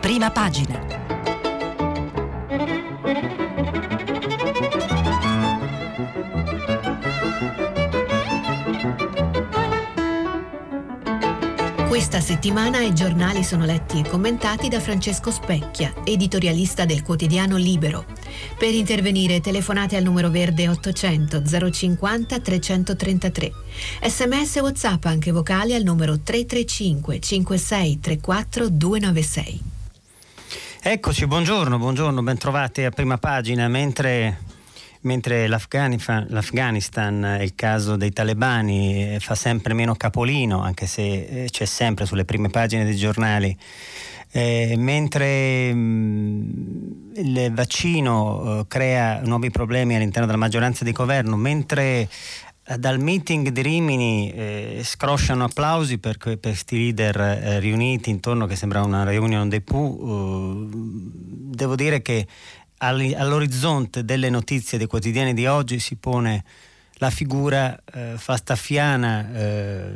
Prima pagina. Questa settimana i giornali sono letti e commentati da Francesco Specchia, editorialista del quotidiano Libero. Per intervenire telefonate al numero verde 800 050 333. SMS e WhatsApp anche vocali al numero 335 56 34 296. Eccoci, buongiorno, bentrovati a Prima Pagina. Mentre l'Afghanistan, il caso dei talebani, fa sempre meno capolino, anche se c'è sempre sulle prime pagine dei giornali, mentre il vaccino crea nuovi problemi all'interno della maggioranza di governo, mentre dal meeting di Rimini scrosciano applausi per questi leader riuniti intorno, che sembra una reunion des Pooh, devo dire che all'orizzonte delle notizie dei quotidiani di oggi si pone la figura falstaffiana,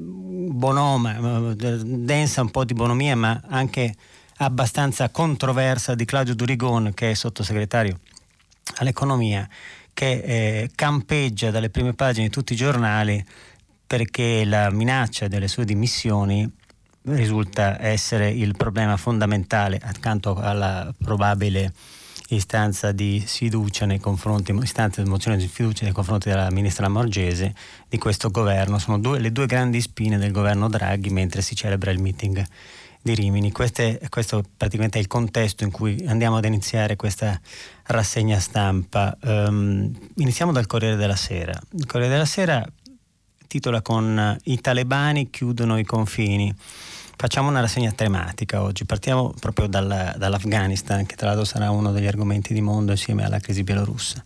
bonoma, densa un po' di bonomia, ma anche abbastanza controversa, di Claudio Durigon, che è sottosegretario all'economia, che campeggia dalle prime pagine di tutti i giornali perché la minaccia delle sue dimissioni risulta essere il problema fondamentale, accanto alla probabile istanza di sfiducia nei confronti, istanza di mozione di fiducia nei confronti della ministra Lamorgese, di questo governo. Sono le due grandi spine del governo Draghi mentre si celebra il meeting di Rimini. Questo praticamente è il contesto in cui andiamo ad iniziare questa rassegna stampa. Iniziamo dal Corriere della Sera. Il Corriere della Sera titola con "I talebani chiudono i confini". Facciamo una rassegna tematica oggi, partiamo proprio dall'Afghanistan, che tra l'altro sarà uno degli argomenti di mondo insieme alla crisi bielorussa.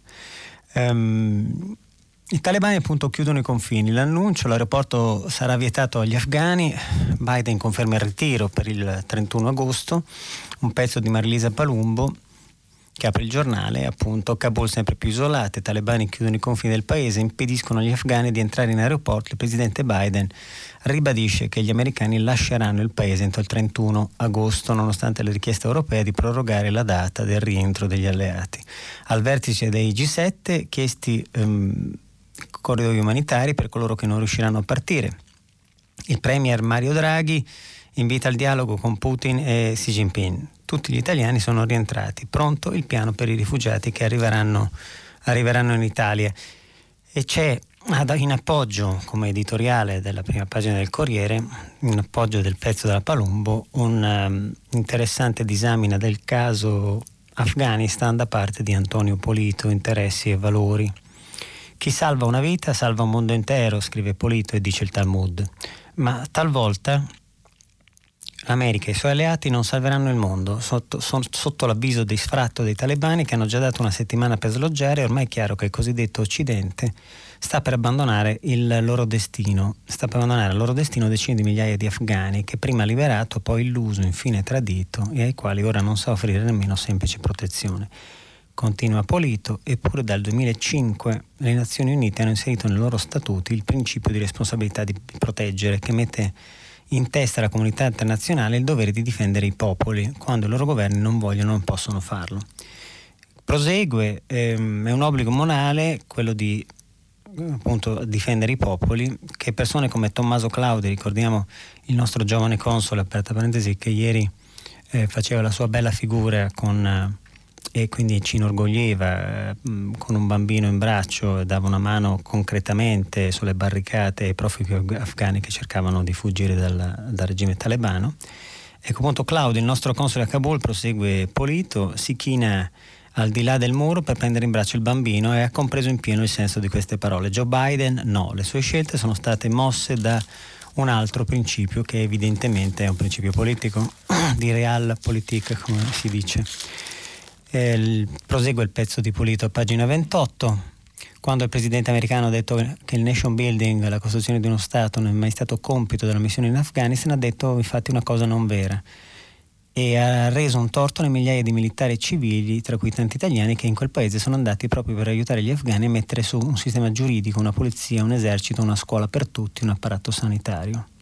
I talebani appunto chiudono i confini, l'annuncio: l'aeroporto sarà vietato agli afghani, Biden conferma il ritiro per il 31 agosto, un pezzo di Marilisa Palumbo che apre il giornale, appunto: Kabul sempre più isolata, i talebani chiudono i confini del paese, impediscono agli afghani di entrare in aeroporto, il presidente Biden ribadisce che gli americani lasceranno il paese entro il 31 agosto, nonostante le richieste europee di prorogare la data del rientro degli alleati. Al vertice dei G7 chiesti corridoi umanitari per coloro che non riusciranno a partire. Il premier Mario Draghi invita al dialogo con Putin e Xi Jinping. Tutti gli italiani sono rientrati, pronto il piano per i rifugiati che arriveranno in Italia. E c'è in appoggio, come editoriale della prima pagina del Corriere, in appoggio del pezzo della Palumbo, un interessante disamina del caso Afghanistan da parte di Antonio Polito, Interessi e Valori. Chi salva una vita salva un mondo intero, scrive Polito, e dice il Talmud. Ma talvolta l'America e i suoi alleati non salveranno il mondo, sotto l'avviso di sfratto dei talebani, che hanno già dato una settimana per sloggiare. Ormai è chiaro che il cosiddetto Occidente sta per abbandonare il loro destino. Sta per abbandonare al loro destino decine di migliaia di afghani che prima liberato, poi illuso, infine tradito, e ai quali ora non sa offrire nemmeno semplice protezione. Continua Polito: eppure dal 2005 le Nazioni Unite hanno inserito nei loro statuti il principio di responsabilità di proteggere, che mette in testa alla comunità internazionale il dovere di difendere i popoli quando i loro governi non vogliono o non possono farlo. Prosegue: è un obbligo morale quello di appunto difendere i popoli, che persone come Tommaso Claudi, ricordiamo il nostro giovane console, aperta parentesi, che ieri faceva la sua bella figura e quindi ci inorgoglieva con un bambino in braccio, dava una mano concretamente sulle barricate ai profughi afghani che cercavano di fuggire dal regime talebano. Ecco, appunto, Claudio, il nostro console a Kabul, prosegue Polito, si china al di là del muro per prendere in braccio il bambino e ha compreso in pieno il senso di queste parole. Joe Biden no, le sue scelte sono state mosse da un altro principio, che evidentemente è un principio politico, di realpolitik, come si dice. Prosegue il pezzo di Polito a pagina 28. Quando il presidente americano ha detto che il nation building, la costruzione di uno Stato, non è mai stato compito della missione in Afghanistan, ha detto infatti una cosa non vera, e ha reso un torto alle migliaia di militari e civili, tra cui tanti italiani, che in quel paese sono andati proprio per aiutare gli afghani a mettere su un sistema giuridico, una polizia, un esercito, una scuola per tutti, un apparato sanitario.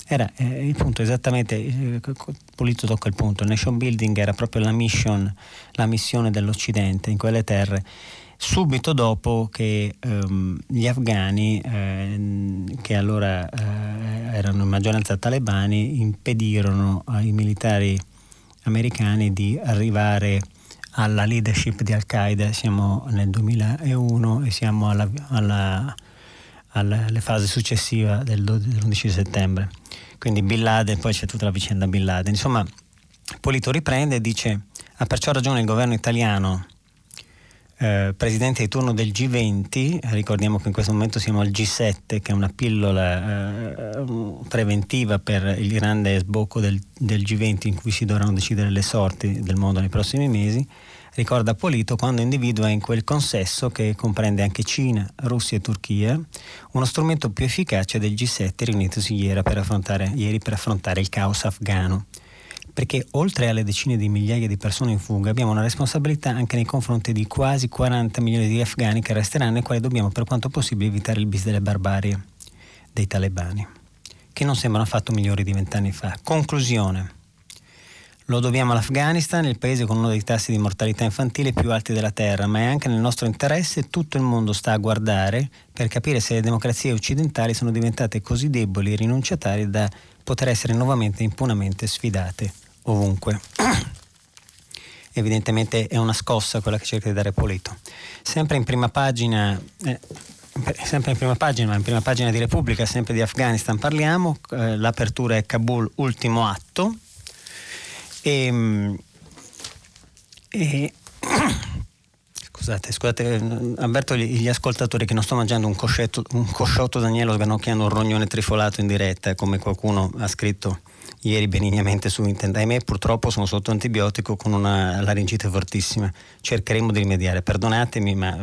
il punto esattamente, Polito tocca il punto. Il nation building era proprio la missione dell'Occidente in quelle terre, subito dopo che gli afghani, che allora erano in maggioranza talebani, impedirono ai militari americani di arrivare alla leadership di Al-Qaeda. Siamo nel 2001 e siamo alla fase successiva dell'11 settembre. Quindi Bin Laden, poi c'è tutta la vicenda Bin Laden. Insomma, Polito riprende e dice: ha perciò ragione il governo italiano, presidente di turno del G20, ricordiamo che in questo momento siamo al G7, che è una pillola preventiva per il grande sbocco del G20 in cui si dovranno decidere le sorti del mondo nei prossimi mesi. Ricorda Polito, quando individua in quel consesso, che comprende anche Cina, Russia e Turchia, uno strumento più efficace del G7 riunitosi ieri per affrontare il caos afghano. Perché oltre alle decine di migliaia di persone in fuga abbiamo una responsabilità anche nei confronti di quasi 40 milioni di afghani che resteranno, ai quali dobbiamo per quanto possibile evitare il bis delle barbarie dei talebani, che non sembrano affatto migliori di 20 anni fa. Conclusione: lo dobbiamo all'Afghanistan, il paese con uno dei tassi di mortalità infantile più alti della terra, ma è anche nel nostro interesse. Tutto il mondo sta a guardare per capire se le democrazie occidentali sono diventate così deboli e rinunciatarie da poter essere nuovamente impunemente sfidate ovunque. Evidentemente è una scossa quella che cerca di dare Polito. Sempre in prima pagina, ma in prima pagina di Repubblica, sempre di Afghanistan parliamo. L'apertura è Kabul, ultimo atto. Scusate, avverto gli ascoltatori che non sto mangiando un cosciotto d'agnello sgranocchiando un rognone trifolato in diretta, come qualcuno ha scritto ieri benignamente su internet. Ahimè, purtroppo sono sotto antibiotico con una laringite fortissima. Cercheremo di rimediare, perdonatemi, ma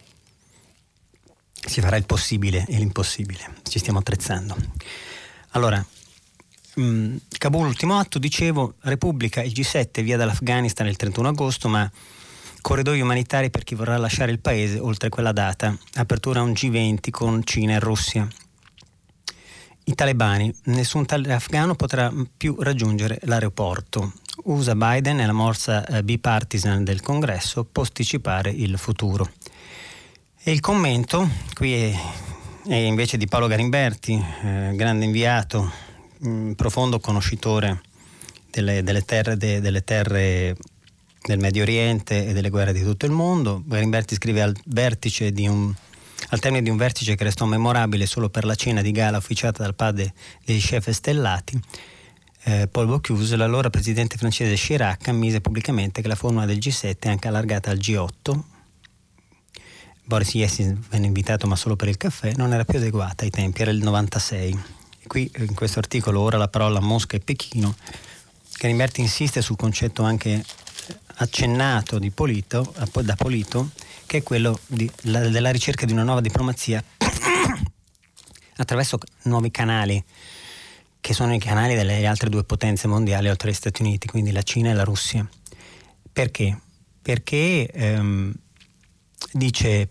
si farà il possibile e l'impossibile. Ci stiamo attrezzando. Allora, Kabul, ultimo atto, dicevo, Repubblica, il G7 via dall'Afghanistan il 31 agosto, ma corridoi umanitari per chi vorrà lasciare il paese oltre quella data. Apertura a un G20 con Cina e Russia. I talebani, nessun afghano potrà più raggiungere l'aeroporto. USA Biden e la morsa bipartisan del Congresso, posticipare il futuro. E il commento qui è invece di Paolo Garimberti, grande inviato, profondo conoscitore delle terre del Medio Oriente e delle guerre di tutto il mondo. Garimberti scrive al termine di un vertice che restò memorabile solo per la cena di gala officiata dal padre dei chef stellati, Paul Bocuse, l'allora presidente francese Chirac ammise pubblicamente che la formula del G7, anche allargata al G8, Boris Yeltsin venne invitato ma solo per il caffè, non era più adeguata ai tempi, era il 96. Qui in questo articolo, ora la parola Mosca e Pechino, Garimberti insiste sul concetto anche accennato da Polito, che è quello della ricerca di una nuova diplomazia attraverso nuovi canali, che sono i canali delle altre due potenze mondiali oltre agli Stati Uniti, quindi la Cina e la Russia. Perché? Perché dice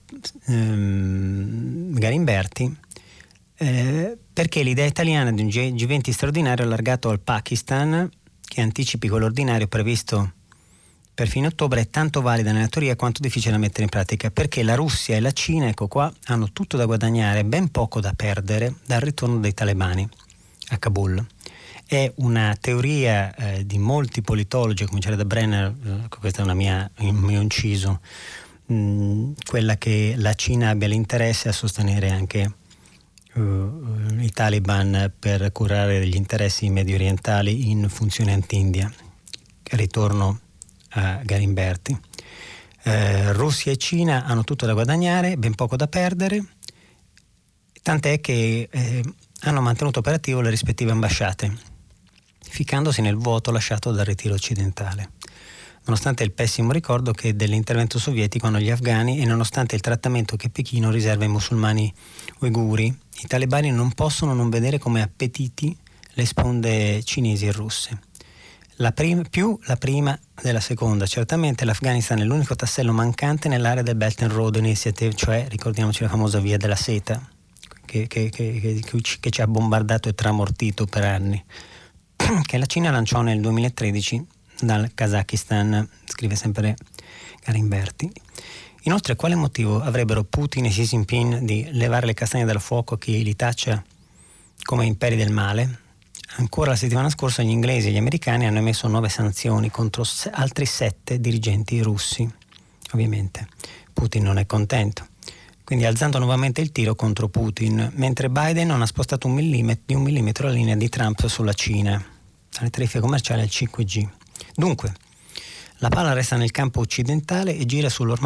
Garimberti, perché l'idea italiana di un G20 straordinario allargato al Pakistan, che anticipi quello ordinario previsto per fine ottobre, è tanto valida nella teoria quanto difficile da mettere in pratica, perché la Russia e la Cina, ecco qua, hanno tutto da guadagnare e ben poco da perdere dal ritorno dei talebani a Kabul. È una teoria di molti politologi, a cominciare da Brenner, questo è un mio inciso, quella che la Cina abbia l'interesse a sostenere anche i Taliban per curare gli interessi medio orientali in funzione anti-India. Ritorno a Garimberti. Russia e Cina hanno tutto da guadagnare, ben poco da perdere, tant'è che hanno mantenuto operative le rispettive ambasciate, ficcandosi nel vuoto lasciato dal ritiro occidentale. Nonostante il pessimo ricordo che dell'intervento sovietico hanno gli afghani e nonostante il trattamento che Pechino riserva ai musulmani uiguri, i talebani non possono non vedere come appetiti le sponde cinesi e russe. La prima della seconda. Certamente l'Afghanistan è l'unico tassello mancante nell'area del Belt and Road Initiative, cioè, ricordiamoci, la famosa via della seta, che ci ha bombardato e tramortito per anni, che la Cina lanciò nel 2013 dal Kazakistan, scrive sempre Galimberti. Inoltre, quale motivo avrebbero Putin e Xi Jinping di levare le castagne dal fuoco a chi li taccia come imperi del male? Ancora la settimana scorsa gli inglesi e gli americani hanno emesso 9 sanzioni contro altri 7 dirigenti russi. Ovviamente Putin non è contento, quindi alzando nuovamente il tiro contro Putin, mentre Biden non ha spostato di un millimetro la linea di Trump sulla Cina, dalle tariffe commerciali al 5G. Dunque, la palla resta nel campo occidentale e gira sul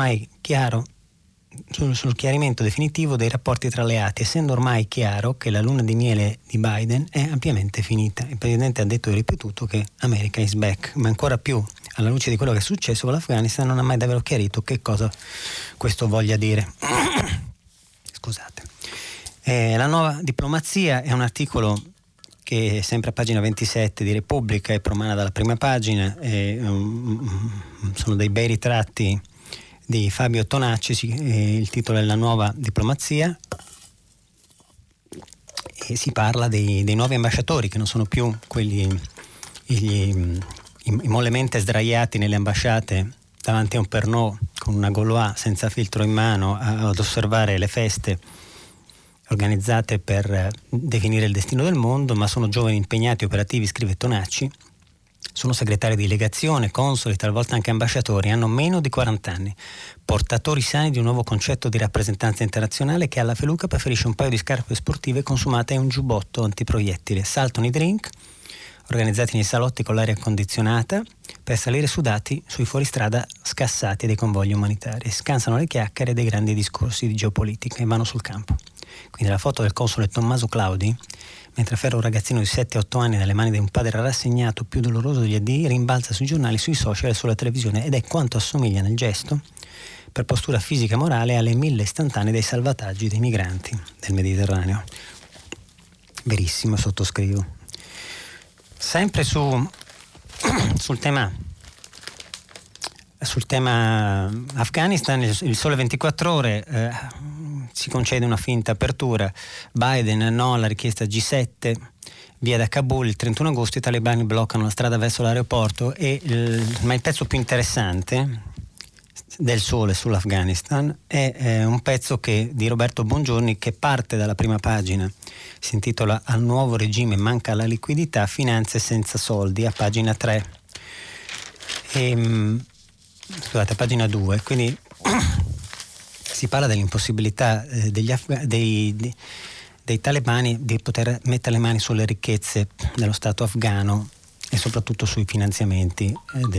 chiarimento definitivo dei rapporti tra alleati, essendo ormai chiaro che la luna di miele di Biden è ampiamente finita. Il presidente ha detto e ripetuto che America is back, ma ancora più alla luce di quello che è successo con l'Afghanistan non ha mai davvero chiarito che cosa questo voglia dire. Scusate. La nuova diplomazia è un articolo che è sempre a pagina 27 di Repubblica, è promana dalla prima pagina, sono dei bei ritratti di Fabio Tonacci, il titolo è La nuova diplomazia e si parla dei nuovi ambasciatori che non sono più quelli i mollemente sdraiati nelle ambasciate davanti a un Pernod con una Gaulois senza filtro in mano ad osservare le feste organizzate per definire il destino del mondo, ma sono giovani impegnati operativi, scrive Tonacci, sono segretari di legazione, consoli, talvolta anche ambasciatori, hanno meno di 40 anni, portatori sani di un nuovo concetto di rappresentanza internazionale che alla feluca preferisce un paio di scarpe sportive consumate e un giubbotto antiproiettile, saltano i drink organizzati nei salotti con l'aria condizionata per salire sudati sui fuoristrada scassati dei convogli umanitari, scansano le chiacchiere dei grandi discorsi di geopolitica e vanno sul campo. Quindi la foto del console Tommaso Claudi, mentre afferra un ragazzino di 7-8 anni nelle mani di un padre rassegnato, più doloroso degli addii, rimbalza sui giornali, sui social e sulla televisione ed è quanto assomiglia nel gesto, per postura fisica e morale, alle 1000 istantanee dei salvataggi dei migranti del Mediterraneo. Verissimo, sottoscrivo. Sempre sul tema Afghanistan, il Sole 24 Ore si concede una finta apertura. Biden no alla richiesta G7, via da Kabul. Il 31 agosto i talebani bloccano la strada verso l'aeroporto ma il pezzo più interessante del Sole sull'Afghanistan è un pezzo di Roberto Bongiorni che parte dalla prima pagina, si intitola Al nuovo regime manca la liquidità, finanze senza soldi, a pagina 3 scusate, a pagina 2, quindi si parla dell'impossibilità dei talebani di poter mettere le mani sulle ricchezze dello Stato afghano e soprattutto sui finanziamenti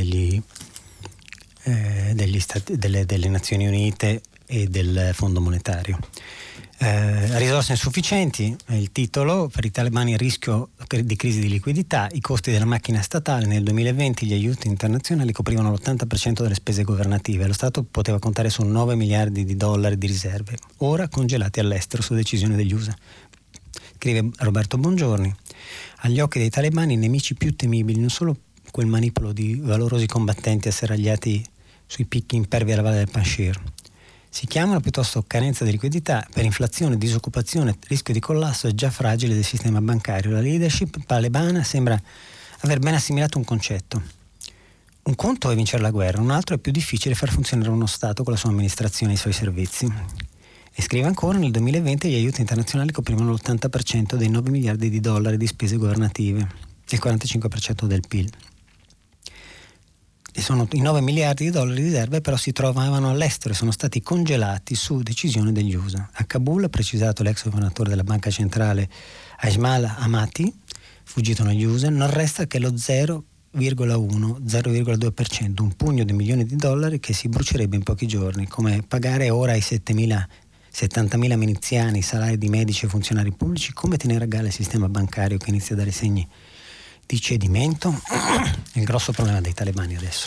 delle Nazioni Unite e del Fondo Monetario. Risorse insufficienti è il titolo. Per i talebani il rischio di crisi di liquidità, i costi della macchina statale. Nel 2020 gli aiuti internazionali coprivano l'80% delle spese governative. Lo Stato poteva contare su 9 miliardi di dollari di riserve, ora congelati all'estero su decisione degli USA. Scrive Roberto Bongiorni. Agli occhi dei talebani i nemici più temibili non solo quel manipolo di valorosi combattenti asserragliati sui picchi impervi alla valle del Panjshir. Si chiamano piuttosto carenza di liquidità per inflazione, disoccupazione, rischio di collasso e già fragile del sistema bancario. La leadership talebana sembra aver ben assimilato un concetto. Un conto è vincere la guerra, un altro è più difficile far funzionare uno Stato con la sua amministrazione e i suoi servizi. E scrive ancora, nel 2020 gli aiuti internazionali coprivano l'80% dei 9 miliardi di dollari di spese governative, il 45% del PIL. E sono i 9 miliardi di dollari di riserve, però si trovavano all'estero e sono stati congelati su decisione degli USA. A Kabul, ha precisato l'ex governatore della banca centrale Ajmal Amati, fuggito negli USA, non resta che lo 0,2%, un pugno di milioni di dollari che si brucierebbe in pochi giorni, come pagare ora ai 70.000 miliziani, salari di medici e funzionari pubblici, come tenere a galla il sistema bancario che inizia a dare segni di cedimento. È il grosso problema dei talebani adesso.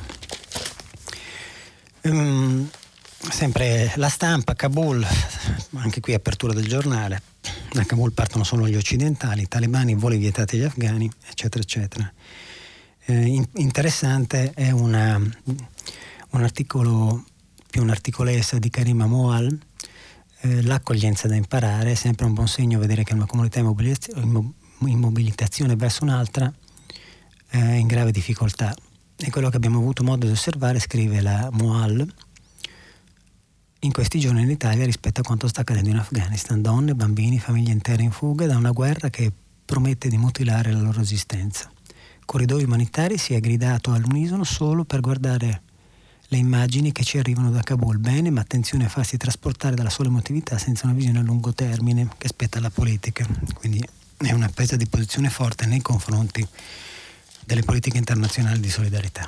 Sempre la Stampa, Kabul, anche qui apertura del giornale. Da Kabul partono solo gli occidentali, i talebani, voli vietati agli afghani, eccetera eccetera. Interessante è un articolo più un'articolessa di Karima Moal l'accoglienza da imparare. È sempre un buon segno vedere che una comunità in mobilitazione verso un'altra è in grave difficoltà. E quello che abbiamo avuto modo di osservare, scrive la Moal, in questi giorni in Italia rispetto a quanto sta accadendo in Afghanistan. Donne, bambini, famiglie intere in fuga da una guerra che promette di mutilare la loro esistenza. Corridoi umanitari si è gridato all'unisono solo per guardare le immagini che ci arrivano da Kabul. Bene, ma attenzione a farsi trasportare dalla sola emotività senza una visione a lungo termine che spetta alla politica. Quindi è una presa di posizione forte nei confronti delle politiche internazionali di solidarietà.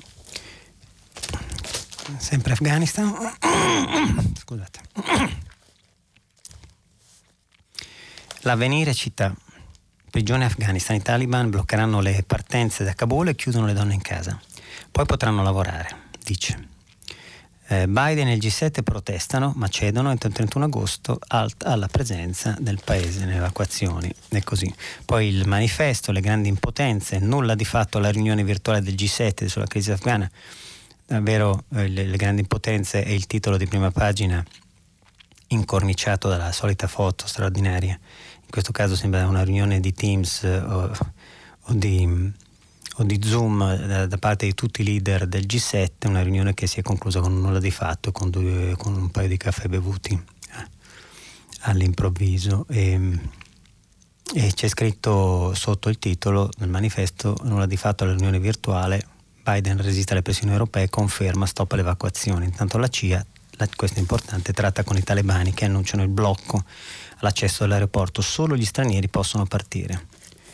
Sempre Afghanistan. Scusate. L'Avvenire cita: prigione Afghanistan, i Taliban bloccheranno le partenze da Kabul e chiudono le donne in casa. Poi potranno lavorare, dice. Biden e il G7 protestano ma cedono entro il 31 agosto alla presenza del paese nelle evacuazioni. E così. Poi il manifesto, le grandi impotenze, nulla di fatto alla riunione virtuale del G7 sulla crisi afghana. Davvero le grandi impotenze è il titolo di prima pagina, incorniciato dalla solita foto straordinaria. In questo caso sembra una riunione di Teams o di Zoom da parte di tutti i leader del G7, una riunione che si è conclusa con nulla di fatto, con un paio di caffè bevuti all'improvviso. E c'è scritto sotto il titolo del manifesto: nulla di fatto alla riunione virtuale, Biden resiste alle pressioni europee, conferma stop alle evacuazioni. Intanto la CIA, questo è importante, tratta con i talebani che annunciano il blocco all'accesso all'aeroporto, solo gli stranieri possono partire.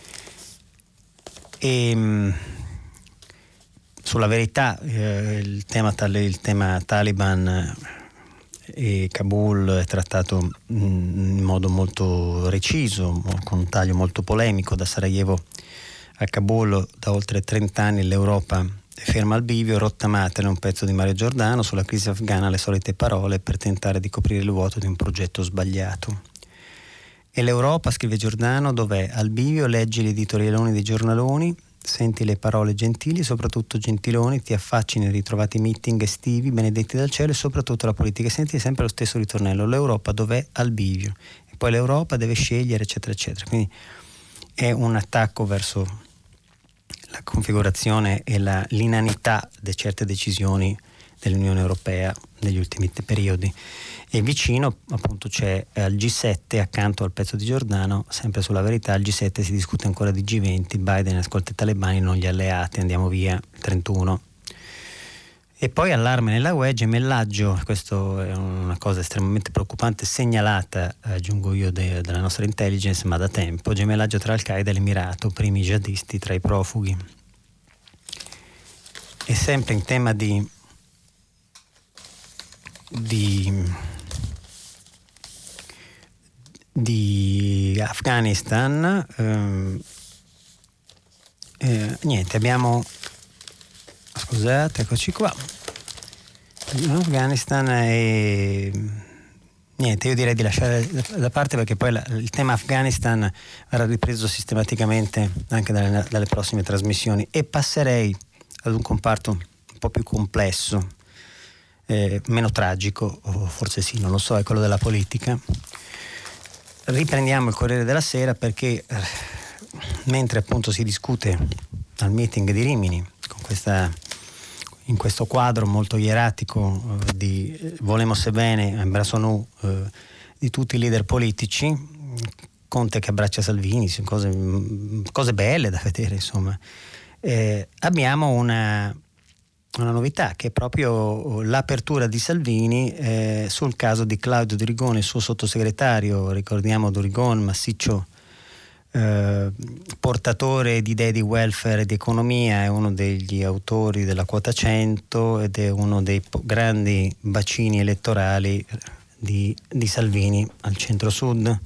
E sulla verità il tema Taliban e Kabul è trattato in modo molto reciso, con un taglio molto polemico. Da Sarajevo a Kabul da oltre 30 anni l'Europa è ferma al bivio, rottamatele un pezzo di Mario Giordano, sulla crisi afghana le solite parole per tentare di coprire il vuoto di un progetto sbagliato. E l'Europa, scrive Giordano, dov'è? Al bivio, leggi gli editorialoni dei giornaloni, senti le parole gentili, soprattutto gentiloni, ti affacci nei ritrovati meeting estivi benedetti dal cielo e soprattutto la politica, e senti sempre lo stesso ritornello: l'Europa dov'è? Al bivio. E poi l'Europa deve scegliere, eccetera eccetera. Quindi è un attacco verso la configurazione e l'inanità di certe decisioni dell'Unione Europea negli ultimi periodi. E vicino appunto c'è al G7, accanto al pezzo di Giordano, sempre sulla verità, al G7 si discute ancora di G20, Biden ascolta i talebani, non gli alleati, andiamo via, 31. E poi allarme nella UE, gemellaggio, questo è una cosa estremamente preoccupante, segnalata, aggiungo io, della nostra intelligence, ma da tempo, gemellaggio tra Al-Qaeda e l'Emirato, primi jihadisti tra i profughi. E sempre in tema di Afghanistan, niente, abbiamo, scusate, eccoci qua, Afghanistan, e niente, io direi di lasciare da parte, perché poi il tema Afghanistan verrà ripreso sistematicamente anche dalle prossime trasmissioni, e passerei ad un comparto un po' più complesso, meno tragico, o forse sì, non lo so, è quello della politica. Riprendiamo il Corriere della Sera perché mentre appunto si discute al meeting di Rimini in questo quadro molto ieratico di Volemos se bene, abbraccio nu di tutti i leader politici, Conte che abbraccia Salvini, cose belle da vedere, insomma, abbiamo una novità, che è proprio l'apertura di Salvini sul caso di Claudio Durigon, il suo sottosegretario. Ricordiamo Durigon, massiccio portatore di idee di welfare e di economia, è uno degli autori della quota 100 ed è uno dei grandi bacini elettorali di Salvini al centro-sud.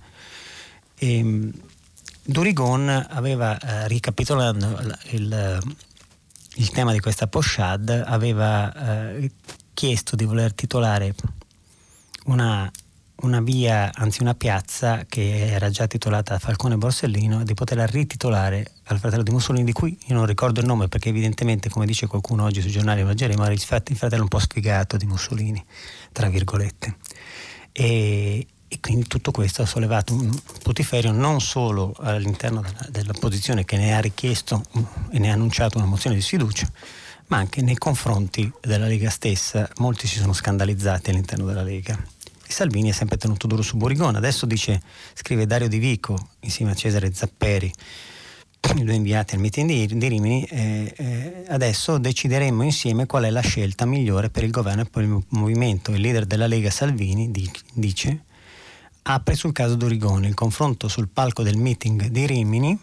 Durigon aveva, ricapitolando il tema di questa pochade, aveva chiesto di voler titolare una via, anzi una piazza che era già titolata a Falcone Borsellino, e di poterla rititolare al fratello di Mussolini, di cui io non ricordo il nome perché evidentemente, come dice qualcuno oggi sui giornali, mangeremo, era il fratello un po' sfigato di Mussolini, tra virgolette. e quindi tutto questo ha sollevato un putiferio non solo all'interno dell'opposizione, che ne ha richiesto e ne ha annunciato una mozione di sfiducia, ma anche nei confronti della Lega stessa. Molti si sono scandalizzati all'interno della Lega. E Salvini è sempre tenuto duro su Burigone. Adesso scrive Dario Di Vico insieme a Cesare Zapperi, i due inviati al meeting di Rimini, adesso decideremo insieme qual è la scelta migliore per il governo e per il movimento. Il leader della Lega, Salvini, dice, apre sul caso Burigone. Il confronto sul palco del meeting di Rimini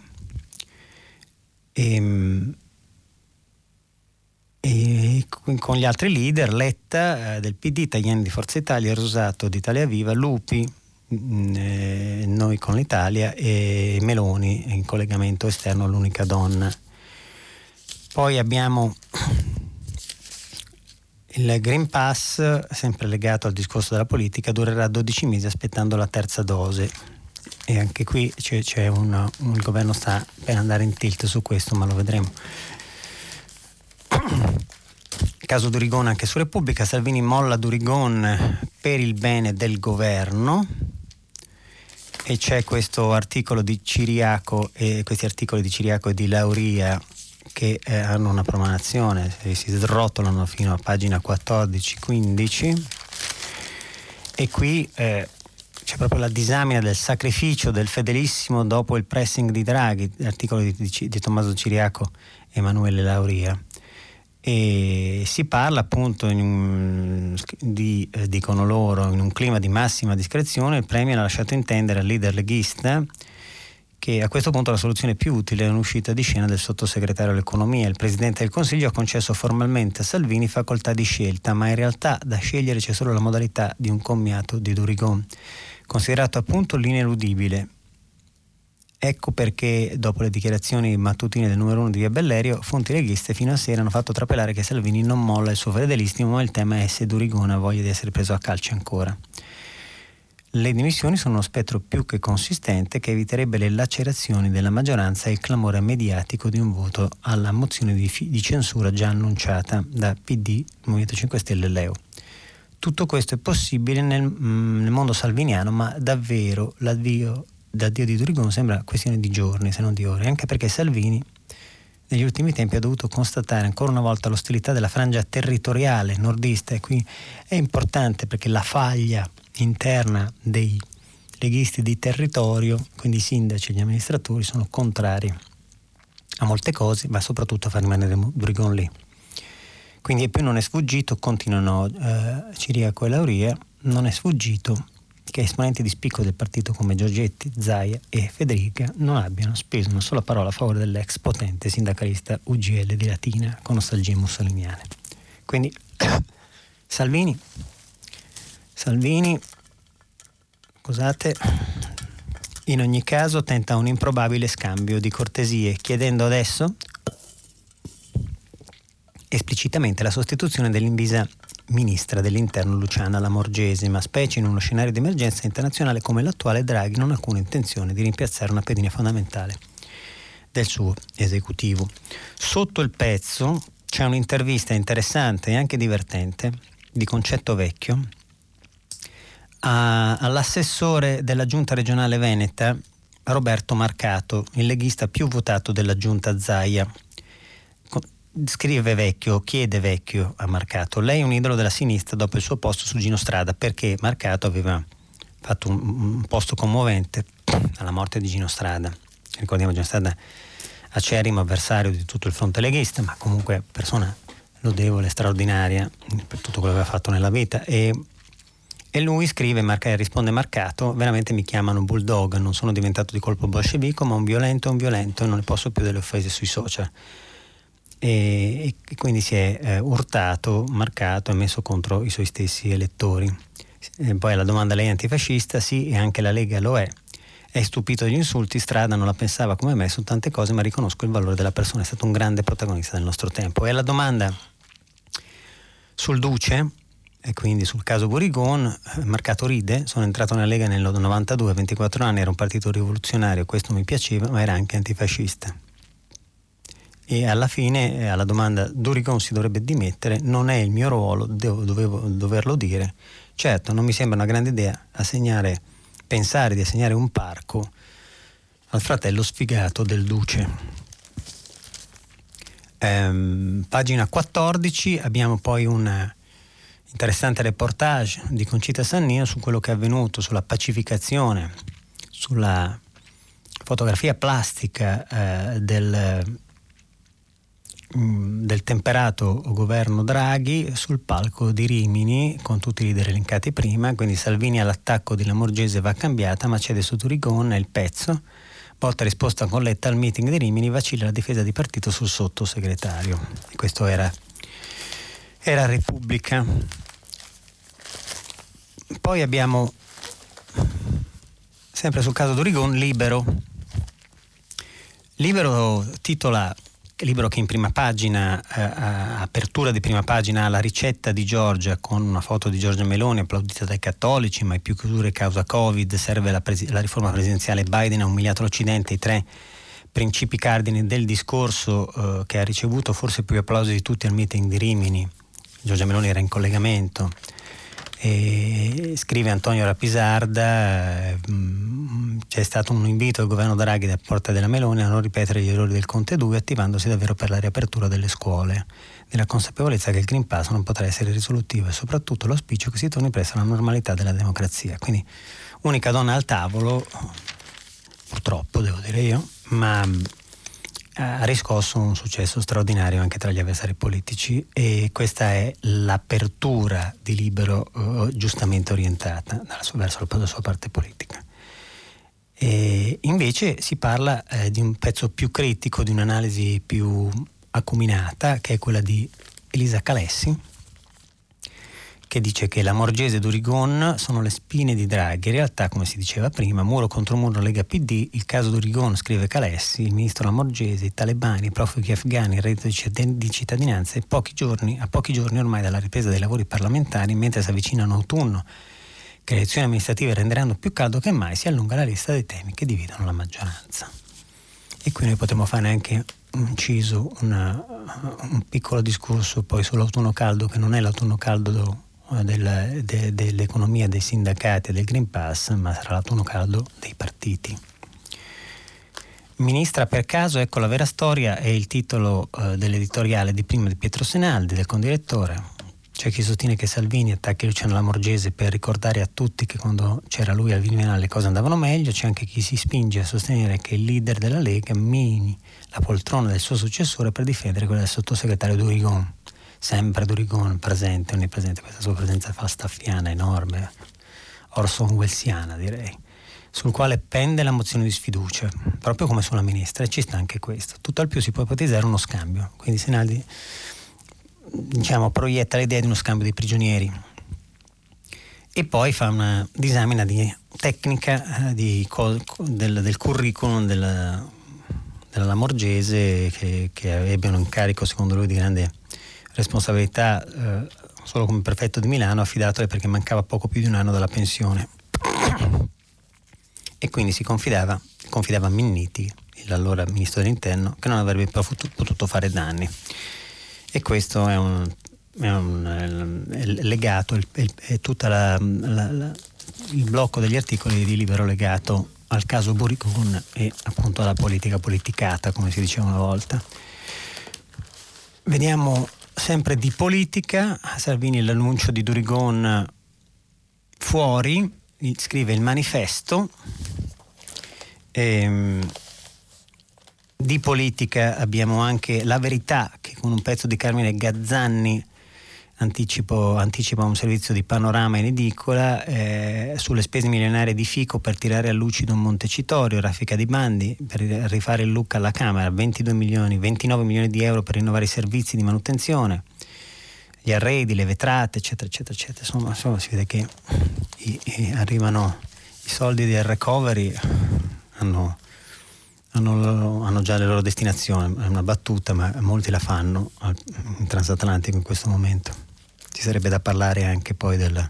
e con gli altri leader, Letta del PD, Tajani di Forza Italia, Rosato di Italia Viva, Lupi, Noi con l'Italia, e Meloni in collegamento esterno, l'unica donna. Poi abbiamo il Green Pass, sempre legato al discorso della politica, durerà 12 mesi aspettando la terza dose, e anche qui c'è il governo sta per andare in tilt su questo, ma lo vedremo. Caso Durigon anche su Repubblica. Salvini molla Durigon per il bene del governo, e c'è questo articolo di Ciriaco e questi articoli di Ciriaco e di Lauria che hanno una promozione, si srotolano fino a pagina 14-15, e qui c'è proprio la disamina del sacrificio del fedelissimo dopo il pressing di Draghi, l'articolo di Tommaso Ciriaco e Emanuele Lauria. E si parla appunto dicono loro, in un clima di massima discrezione. Il Premier ha lasciato intendere al leader leghista che a questo punto la soluzione più utile è un'uscita di scena del sottosegretario all'economia. Il Presidente del Consiglio ha concesso formalmente a Salvini facoltà di scelta, ma in realtà da scegliere c'è solo la modalità di un commiato di Durigon, considerato appunto l'ineludibile. Ecco perché, dopo le dichiarazioni mattutine del numero 1 di Via Bellerio, fonti leghiste fino a sera hanno fatto trapelare che Salvini non molla il suo fedelissimo, ma il tema è se Durigon ha voglia di essere preso a calci ancora. Le dimissioni sono uno spettro più che consistente che eviterebbe le lacerazioni della maggioranza e il clamore mediatico di un voto alla mozione di censura già annunciata da PD, Movimento 5 Stelle e Leo. Tutto questo è possibile nel mondo salviniano, ma davvero l'addio di Durigon sembra questione di giorni, se non di ore, anche perché Salvini negli ultimi tempi ha dovuto constatare ancora una volta l'ostilità della frangia territoriale nordista, e qui è importante perché la faglia interna dei leghisti di territorio, quindi i sindaci e gli amministratori, sono contrari a molte cose, ma soprattutto a far rimanere Durigon lì. Quindi e più non è sfuggito, continuano Ciriaco e Lauria, non è sfuggito che esponenti di spicco del partito come Giorgetti, Zaia e Federica non abbiano speso una sola parola a favore dell'ex potente sindacalista UGL di Latina con nostalgie mussoliniane. Quindi Salvini, scusate, in ogni caso tenta un improbabile scambio di cortesie, chiedendo adesso esplicitamente la sostituzione dell'invisa ministra dell'interno Luciana Lamorgese, ma specie in uno scenario di emergenza internazionale come l'attuale, Draghi non ha alcuna intenzione di rimpiazzare una pedina fondamentale del suo esecutivo. Sotto il pezzo c'è un'intervista interessante e anche divertente di Concetto Vecchio all'assessore della giunta regionale veneta Roberto Marcato, il leghista più votato della giunta Zaia. Chiede Vecchio a Marcato: lei è un idolo della sinistra dopo il suo posto su Gino Strada, perché Marcato aveva fatto un posto commovente alla morte di Gino Strada. Ricordiamo Gino Strada acerrimo avversario di tutto il fronte leghista, ma comunque persona lodevole, straordinaria per tutto quello che aveva fatto nella vita, e lui scrive, risponde Marcato: veramente mi chiamano bulldog, non sono diventato di colpo bolscevico, ma un violento e non ne posso più delle offese sui social. E quindi si è urtato Marcato e messo contro i suoi stessi elettori. Poi alla domanda: lei è antifascista? Sì, e anche la Lega lo è. È stupito degli insulti, Strada non la pensava come me su tante cose, ma riconosco il valore della persona, è stato un grande protagonista del nostro tempo. E alla domanda sul Duce e quindi sul caso Durigon, Marcato ride: sono entrato nella Lega nel 92, 24 anni, era un partito rivoluzionario, questo mi piaceva, ma era anche antifascista. e alla fine alla domanda Durigon si dovrebbe dimettere, non è il mio ruolo, dovevo doverlo dire. Certo, non mi sembra una grande idea pensare di assegnare un parco al fratello sfigato del duce. Pagina 14 abbiamo poi un interessante reportage di Concita Sannino su quello che è avvenuto, sulla pacificazione, sulla fotografia plastica del temperato governo Draghi sul palco di Rimini, con tutti i leader elencati prima. Quindi Salvini all'attacco di Lamorgese va cambiata, ma c'è adesso Durigon, è il pezzo. Botta risposta con Letta al meeting di Rimini, vacilla la difesa di partito sul sottosegretario. E questo era Repubblica. Poi abbiamo, sempre sul caso Durigon, Libero titola, libro che in prima pagina, apertura di prima pagina, ha la ricetta di Giorgia con una foto di Giorgia Meloni applaudita dai cattolici, mai più chiusure causa Covid, serve la riforma presidenziale, Biden ha umiliato l'Occidente, i 3 principi cardini del discorso che ha ricevuto forse più applausi di tutti al meeting di Rimini. Giorgia Meloni era in collegamento. E scrive Antonio Rapisarda, c'è stato un invito al governo Draghi da parte della Meloni a non ripetere gli errori del Conte 2, attivandosi davvero per la riapertura delle scuole, nella consapevolezza che il Green Pass non potrà essere risolutivo e soprattutto l'auspicio che si torni presto alla normalità della democrazia. Quindi unica donna al tavolo, purtroppo devo dire io, ma ha riscosso un successo straordinario anche tra gli avversari politici, e questa è l'apertura di Libero giustamente orientata verso la sua parte politica. E invece si parla di un pezzo più critico, di un'analisi più acuminata, che è quella di Elisa Calessi, che dice che Lamorgese e Durigon sono le spine di Draghi. In realtà, come si diceva prima, muro contro muro Lega PD, il caso Durigon, scrive Calessi, il ministro Lamorgese, i talebani, i profughi afghani, il reddito di cittadinanza, a pochi giorni ormai dalla ripresa dei lavori parlamentari, mentre si avvicinano autunno, che le elezioni amministrative renderanno più caldo che mai, si allunga la lista dei temi che dividono la maggioranza. E qui noi potremmo fare anche un inciso, un piccolo discorso poi sull'autunno caldo, che non è l'autunno caldo dell'economia, dei sindacati e del Green Pass, ma sarà l'autunno caldo dei partiti. Ministra per caso, ecco la vera storia, è il titolo dell'editoriale di prima di Pietro Senaldi, del condirettore. C'è chi sostiene che Salvini attacchi Luciano Lamorgese per ricordare a tutti che quando c'era lui al Viminale le cose andavano meglio. C'è anche chi si spinge a sostenere che il leader della Lega mini la poltrona del suo successore per difendere quella del sottosegretario Durigon. Sempre Durigon presente, onnipresente, questa sua presenza falstaffiana enorme, Orson Wellesiana direi, sul quale pende la mozione di sfiducia, proprio come sulla ministra, e ci sta anche questo. Tutto al più si può ipotizzare uno scambio, quindi Senaldi proietta l'idea di uno scambio di prigionieri e poi fa una disamina di tecnica del curriculum della Lamorgese, che ebbe un incarico secondo lui di grande responsabilità solo come prefetto di Milano, affidatole perché mancava poco più di un anno dalla pensione, e quindi si confidava a Minniti, l'allora ministro dell'interno, che non avrebbe potuto fare danni. E questo è legato, è tutto il blocco degli articoli di Libero legato al caso Durigon e appunto alla politica politicata, come si diceva una volta. Vediamo sempre di politica. Salvini l'annuncio di Durigon fuori, scrive il Manifesto. Di politica abbiamo anche La Verità, che con un pezzo di Carmine Gazzanni anticipa un servizio di Panorama in edicola sulle spese milionarie di Fico per tirare a lucido un Montecitorio, raffica di bandi per rifare il look alla Camera, 29 milioni di euro per rinnovare i servizi di manutenzione, gli arredi, le vetrate, eccetera, eccetera, eccetera. Insomma si vede che arrivano i soldi del recovery, hanno già le loro destinazioni. È una battuta, ma molti la fanno in transatlantico in questo momento. Ci sarebbe da parlare anche poi della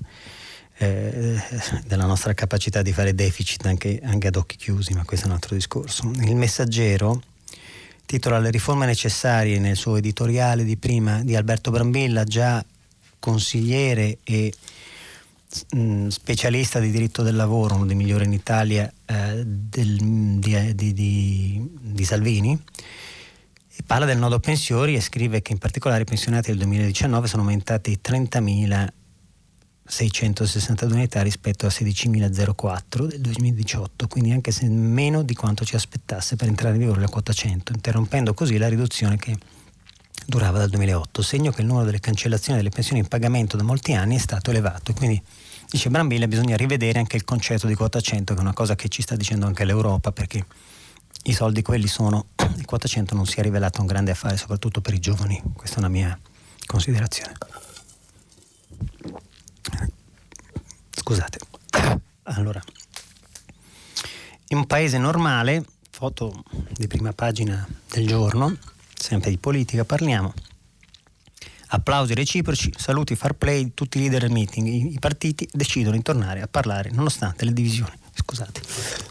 nostra capacità di fare deficit anche ad occhi chiusi, ma questo è un altro discorso. Il Messaggero titola Le riforme necessarie, nel suo editoriale di prima di Alberto Brambilla, già consigliere e specialista di diritto del lavoro, uno dei migliori in Italia, di Salvini, e parla del nodo pensioni e scrive che in particolare i pensionati del 2019 sono aumentati 30.662 unità rispetto a 16.004 del 2018, quindi anche se meno di quanto ci aspettasse per entrare in vigore la quota 100, interrompendo così la riduzione che durava dal 2008, segno che il numero delle cancellazioni delle pensioni in pagamento da molti anni è stato elevato. Quindi, dice Brambilla, bisogna rivedere anche il concetto di quota 100, che è una cosa che ci sta dicendo anche l'Europa, perché i soldi quelli sono, il quota 100 non si è rivelato un grande affare, soprattutto per i giovani. Questa è una mia considerazione. Scusate. Allora, in un paese normale, foto di prima pagina del Giorno, sempre di politica parliamo, applausi reciproci, saluti, fair play, tutti i leader del meeting, i partiti decidono di tornare a parlare nonostante le divisioni. Scusate.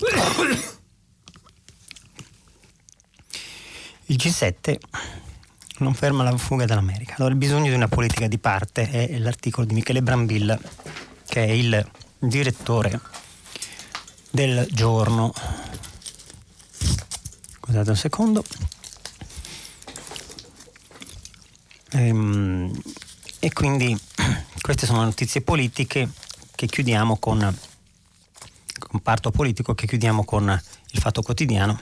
Il G7 non ferma la fuga dall'America. Allora, il bisogno di una politica di parte è l'articolo di Michele Brambilla, che è il direttore del Giorno. Scusate un secondo. E quindi queste sono le notizie politiche che chiudiamo con comparto politico che chiudiamo con il Fatto Quotidiano.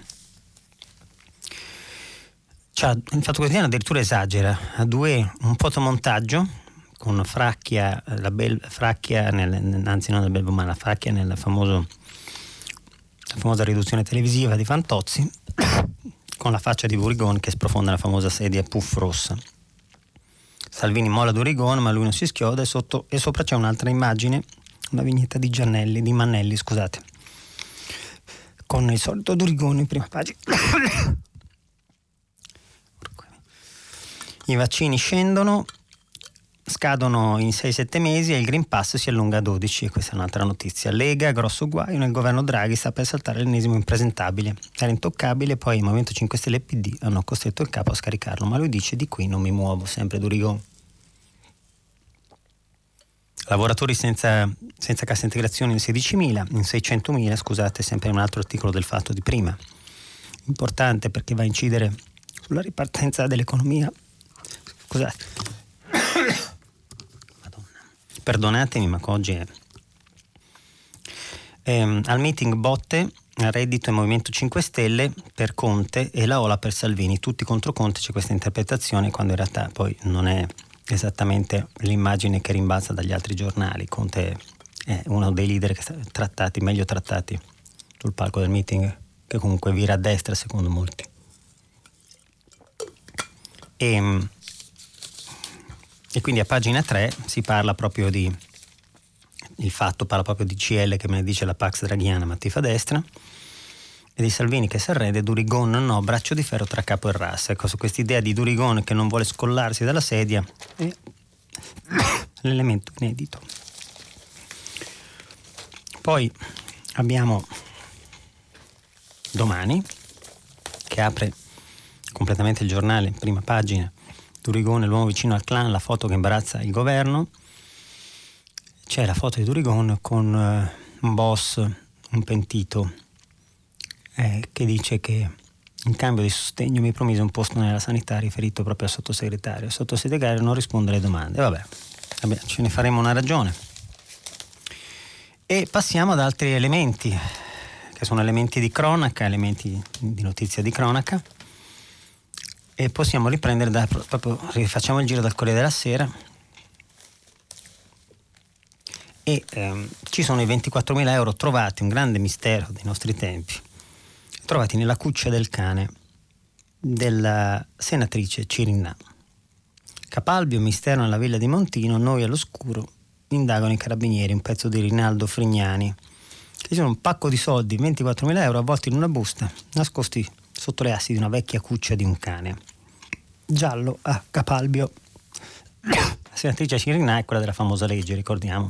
Cioè, il Fatto Quotidiano addirittura esagera, ha un fotomontaggio con Fracchia, Fracchia anzi non nel Belvo, ma la Fracchia la famosa riduzione televisiva di Fantozzi, con la faccia di Durigon che sprofonda la famosa sedia puff rossa. Salvini molla Durigon, ma lui non si schioda, e sopra c'è un'altra immagine, una vignetta di Mannelli, scusate, con il solito Durigon in prima pagina. I vaccini scendono, scadono in 6-7 mesi e il Green Pass si allunga a 12, e questa è un'altra notizia. Lega, grosso guaio, nel governo Draghi sta per saltare l'ennesimo impresentabile. Era intoccabile, poi il Movimento 5 Stelle e PD hanno costretto il capo a scaricarlo, ma lui dice: di qui non mi muovo, sempre Durigon. Lavoratori senza cassa integrazione in 16.000, in 600.000, scusate, sempre un altro articolo del Fatto di prima. Importante perché va a incidere sulla ripartenza dell'economia. Scusate. Madonna. Perdonatemi, ma oggi è al meeting botte, reddito e Movimento 5 Stelle per Conte e la Ola per Salvini, tutti contro Conte. C'è questa interpretazione quando in realtà poi non è esattamente l'immagine che rimbalza dagli altri giornali. Conte è uno dei leader che meglio trattati sul palco del meeting, che comunque vira a destra secondo molti. E quindi a pagina 3 si parla proprio il Fatto parla proprio di CL che benedice la Pax draghiana ma tifa destra, e di Salvini che si arrende, Durigon no, braccio di ferro tra capo e rassa. Ecco, su quest'idea di Durigon che non vuole scollarsi dalla sedia è l'elemento inedito. Poi abbiamo Domani che apre completamente il giornale, prima pagina, Durigon è l'uomo vicino al clan, la foto che imbarazza il governo. C'è la foto di Durigon con un boss, un pentito, che dice che in cambio di sostegno mi promise un posto nella sanità riferito proprio al sottosegretario. Il sottosegretario non risponde alle domande. Vabbè, ce ne faremo una ragione. E passiamo ad altri elementi, che sono elementi di cronaca, elementi di notizia di cronaca. E possiamo riprendere proprio rifacciamo il giro dal Corriere della Sera. E ci sono i 24.000 euro trovati, un grande mistero dei nostri tempi, trovati nella cuccia del cane della senatrice Cirinnà. Capalbio, mistero nella villa di Montino, noi all'oscuro, indagano i carabinieri, un pezzo di Rinaldo Frignani. Ci sono un pacco di soldi, 24.000 euro avvolti in una busta, nascosti sotto le assi di una vecchia cuccia di un cane. Giallo a Capalbio. La senatrice Cirinnà è quella della famosa legge, ricordiamo,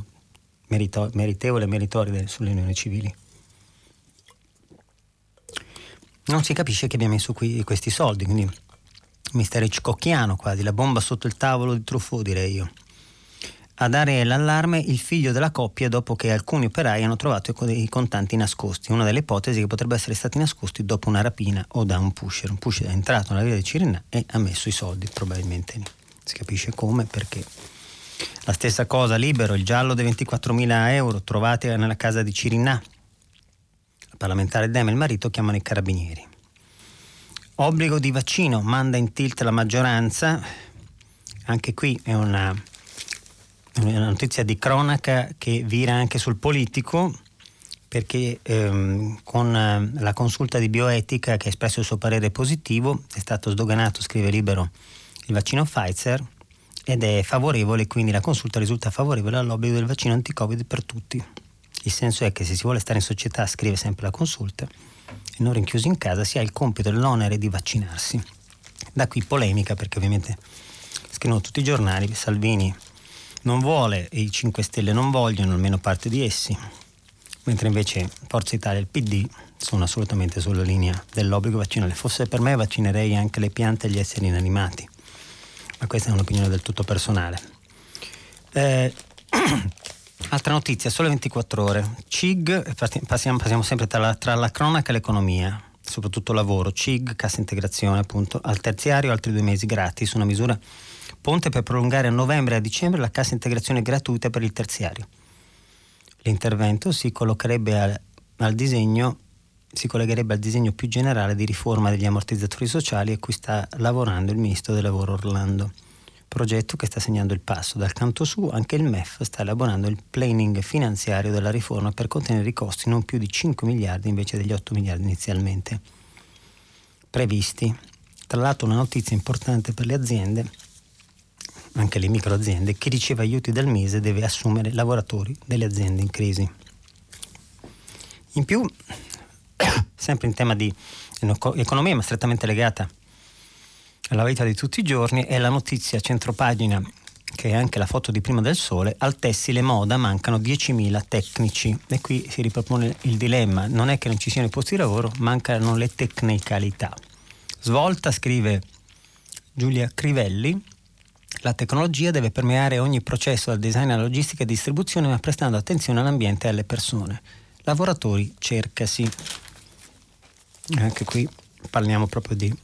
meritevole e meritoria sulle unioni civili. non si capisce chi abbia messo qui questi soldi, quindi mister Hitchcockiano quasi, la bomba sotto il tavolo di Truffaut, direi io. A dare l'allarme il figlio della coppia dopo che alcuni operai hanno trovato i contanti nascosti. Una delle ipotesi che potrebbe essere stati nascosti dopo una rapina o da un pusher. Un pusher è entrato nella villa di Cirinà e ha messo i soldi, probabilmente lì. Si capisce come, perché. La stessa cosa, Libero, il giallo dei 24.000 euro trovati nella casa di Cirinà. Il parlamentare Dem e il marito chiamano i carabinieri. Obbligo di vaccino, manda in tilt la maggioranza. Anche qui è una notizia di cronaca che vira anche sul politico, perché con la consulta di bioetica che ha espresso il suo parere positivo è stato sdoganato, scrive Libero, il vaccino Pfizer ed è favorevole, quindi la consulta risulta favorevole all'obbligo del vaccino anti-Covid per tutti. Il senso è che se si vuole stare in società, scrive sempre la consulta, e non rinchiusi in casa, si ha il compito e l'onere di vaccinarsi. Da qui polemica, perché ovviamente scrivono tutti i giornali, Salvini non vuole e i 5 Stelle non vogliono, almeno parte di essi, mentre invece Forza Italia e il PD sono assolutamente sulla linea dell'obbligo vaccinale. Fosse per me vaccinerei anche le piante e gli esseri inanimati, ma questa è un'opinione del tutto personale. Altra notizia, Sole 24 Ore, CIG, passiamo sempre tra la cronaca e l'economia, soprattutto lavoro. CIG, cassa integrazione appunto, al terziario altri 2 mesi gratis, una misura ponte per prolungare a novembre e a dicembre la cassa integrazione gratuita per il terziario. L'intervento si collegherebbe al disegno più generale di riforma degli ammortizzatori sociali a cui sta lavorando il ministro del lavoro Orlando, progetto che sta segnando il passo. Dal canto suo anche il MEF sta elaborando il planning finanziario della riforma per contenere i costi non più di 5 miliardi invece degli 8 miliardi inizialmente previsti. Tra l'altro una notizia importante per le aziende, anche le microaziende: chi riceve aiuti dal MISE deve assumere lavoratori delle aziende in crisi. In più, sempre in tema di economia, ma strettamente legata alla vita di tutti i giorni, è la notizia centropagina, che è anche la foto di prima del Sole: al tessile moda mancano 10.000 tecnici. E qui si ripropone il dilemma: non è che non ci siano i posti di lavoro, mancano le tecnicalità. Svolta, scrive Giulia Crivelli, la tecnologia deve permeare ogni processo, dal design alla logistica e distribuzione, ma prestando attenzione all'ambiente e alle persone. Lavoratori cercasi. Anche qui parliamo proprio di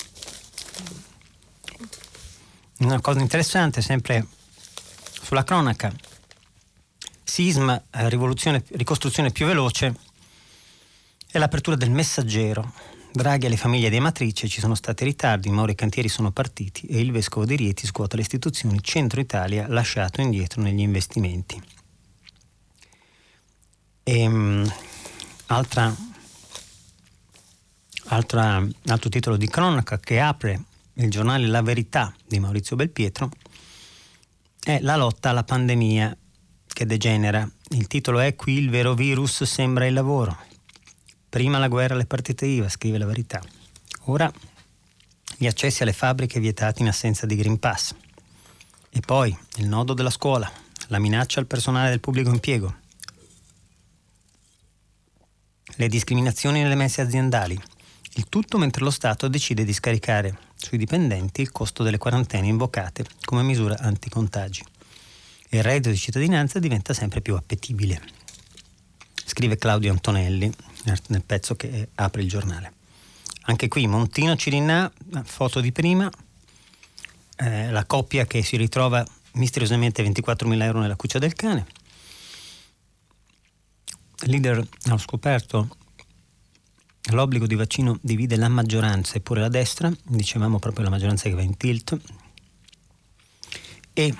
una cosa interessante, sempre sulla cronaca. Sisma, ricostruzione più veloce, e l'apertura del Messaggero. Draghi alle famiglie di Amatrice: ci sono stati ritardi, ma ora i cantieri sono partiti e il vescovo di Rieti scuote le istituzioni, Centro Italia lasciato indietro negli investimenti. Altro titolo di cronaca che apre il giornale La Verità di Maurizio Belpietro è la lotta alla pandemia che degenera. Il titolo è: qui il vero virus sembra il lavoro. Prima la guerra alle partite IVA, scrive La Verità. Ora gli accessi alle fabbriche vietati in assenza di Green Pass. E poi il nodo della scuola, la minaccia al personale del pubblico impiego, le discriminazioni nelle mense aziendali. Il tutto mentre lo Stato decide di scaricare sui dipendenti il costo delle quarantene invocate come misura anticontagi. Il reddito di cittadinanza diventa sempre più appetibile, scrive Claudio Antonelli nel pezzo che apre il giornale. Anche qui Montino Cirinà, foto di prima, la coppia che si ritrova misteriosamente 24.000 euro nella cuccia del cane. Il leader ha scoperto l'obbligo di vaccino divide la maggioranza, eppure la destra, dicevamo proprio la maggioranza che va in tilt. E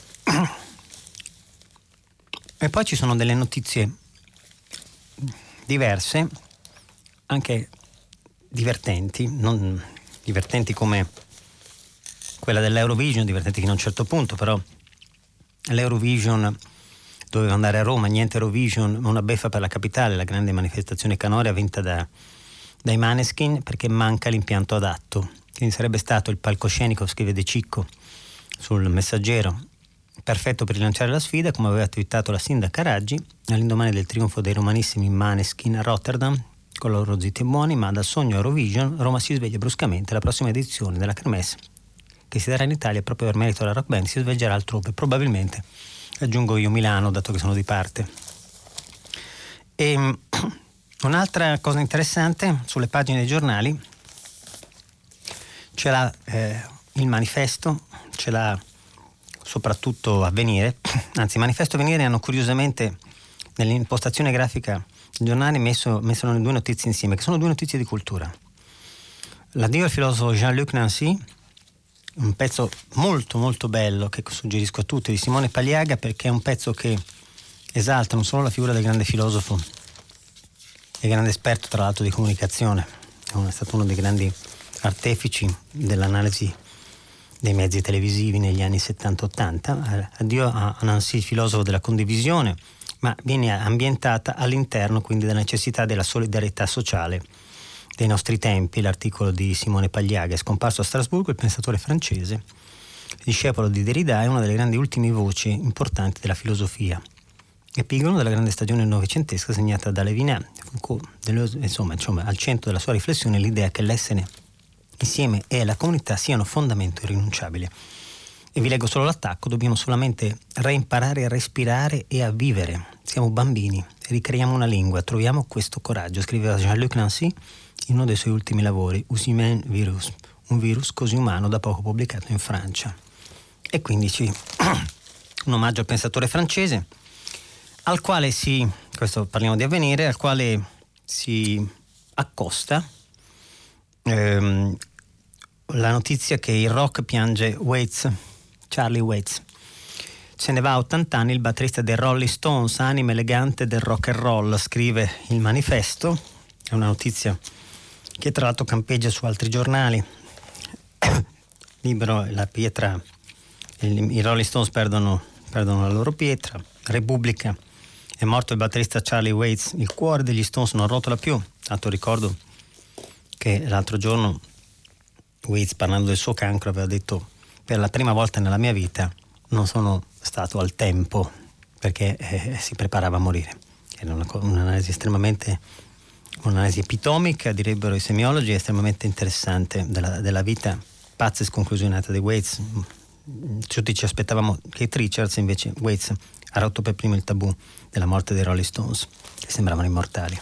poi ci sono delle notizie diverse, anche divertenti, non divertenti come quella dell'Eurovision, divertenti fino a un certo punto, però l'Eurovision doveva andare a Roma, niente Eurovision, una beffa per la capitale, la grande manifestazione canoria vinta dai Maneskin, perché manca l'impianto adatto. Quindi sarebbe stato il palcoscenico, scrive De Cicco sul Messaggero, perfetto per rilanciare la sfida, come aveva twittato la sindaca Raggi all'indomani del trionfo dei romanissimi Maneskin a Rotterdam, con loro zitti e buoni, ma dal sogno Eurovision Roma si sveglia bruscamente. La prossima edizione della Kermesse, che si darà in Italia proprio per merito della rock band, si svolgerà altrove, probabilmente, aggiungo io, Milano, dato che sono di parte. E un'altra cosa interessante, sulle pagine dei giornali ce l'ha il Manifesto, ce l'ha soprattutto Avvenire, anzi Manifesto e Avvenire hanno curiosamente nell'impostazione grafica del giornale messo le due notizie insieme, che sono due notizie di cultura. L'addio al filosofo Jean-Luc Nancy, un pezzo molto molto bello che suggerisco a tutti, di Simone Paliaga, perché è un pezzo che esalta non solo la figura del grande filosofo e grande esperto tra l'altro di comunicazione, è stato uno dei grandi artefici dell'analisi dei mezzi televisivi negli anni 70-80, addio a Nancy, il filosofo della condivisione, ma viene ambientata all'interno quindi della necessità della solidarietà sociale dei nostri tempi. L'articolo di Simone Paliaga: è scomparso a Strasburgo il pensatore francese, discepolo di Derrida, è una delle grandi ultime voci importanti della filosofia, epigono della grande stagione novecentesca segnata da Levinas. Foucault, insomma, al centro della sua riflessione l'idea che l'essere insieme e la comunità siano fondamento irrinunciabile. E vi leggo solo l'attacco: dobbiamo solamente reimparare a respirare e a vivere. Siamo bambini, ricreiamo una lingua, troviamo questo coraggio, scriveva Jean-Luc Nancy in uno dei suoi ultimi lavori, Us humain virus, un virus così umano, da poco pubblicato in Francia. E quindi un omaggio al pensatore francese, al quale questo parliamo di Avvenire, al quale si accosta la notizia che il rock piange Charlie Waits. Se ne va a 80 anni il batterista dei Rolling Stones, anima elegante del rock and roll, scrive il Manifesto. È una notizia che tra l'altro campeggia su altri giornali. Libero, la pietra, i Rolling Stones perdono la loro pietra. Repubblica: è morto il batterista Charlie Waits, il cuore degli Stones non rotola più. Tanto ricordo che l'altro giorno Waits, parlando del suo cancro, aveva detto: per la prima volta nella mia vita non sono stato al tempo, perché si preparava a morire. Era un'analisi un'analisi epitomica, direbbero i semiologi, estremamente interessante della vita pazza e sconclusionata di Waits. Tutti ci aspettavamo Keith Richards, invece Waits ha rotto per primo il tabù della morte dei Rolling Stones, che sembravano immortali.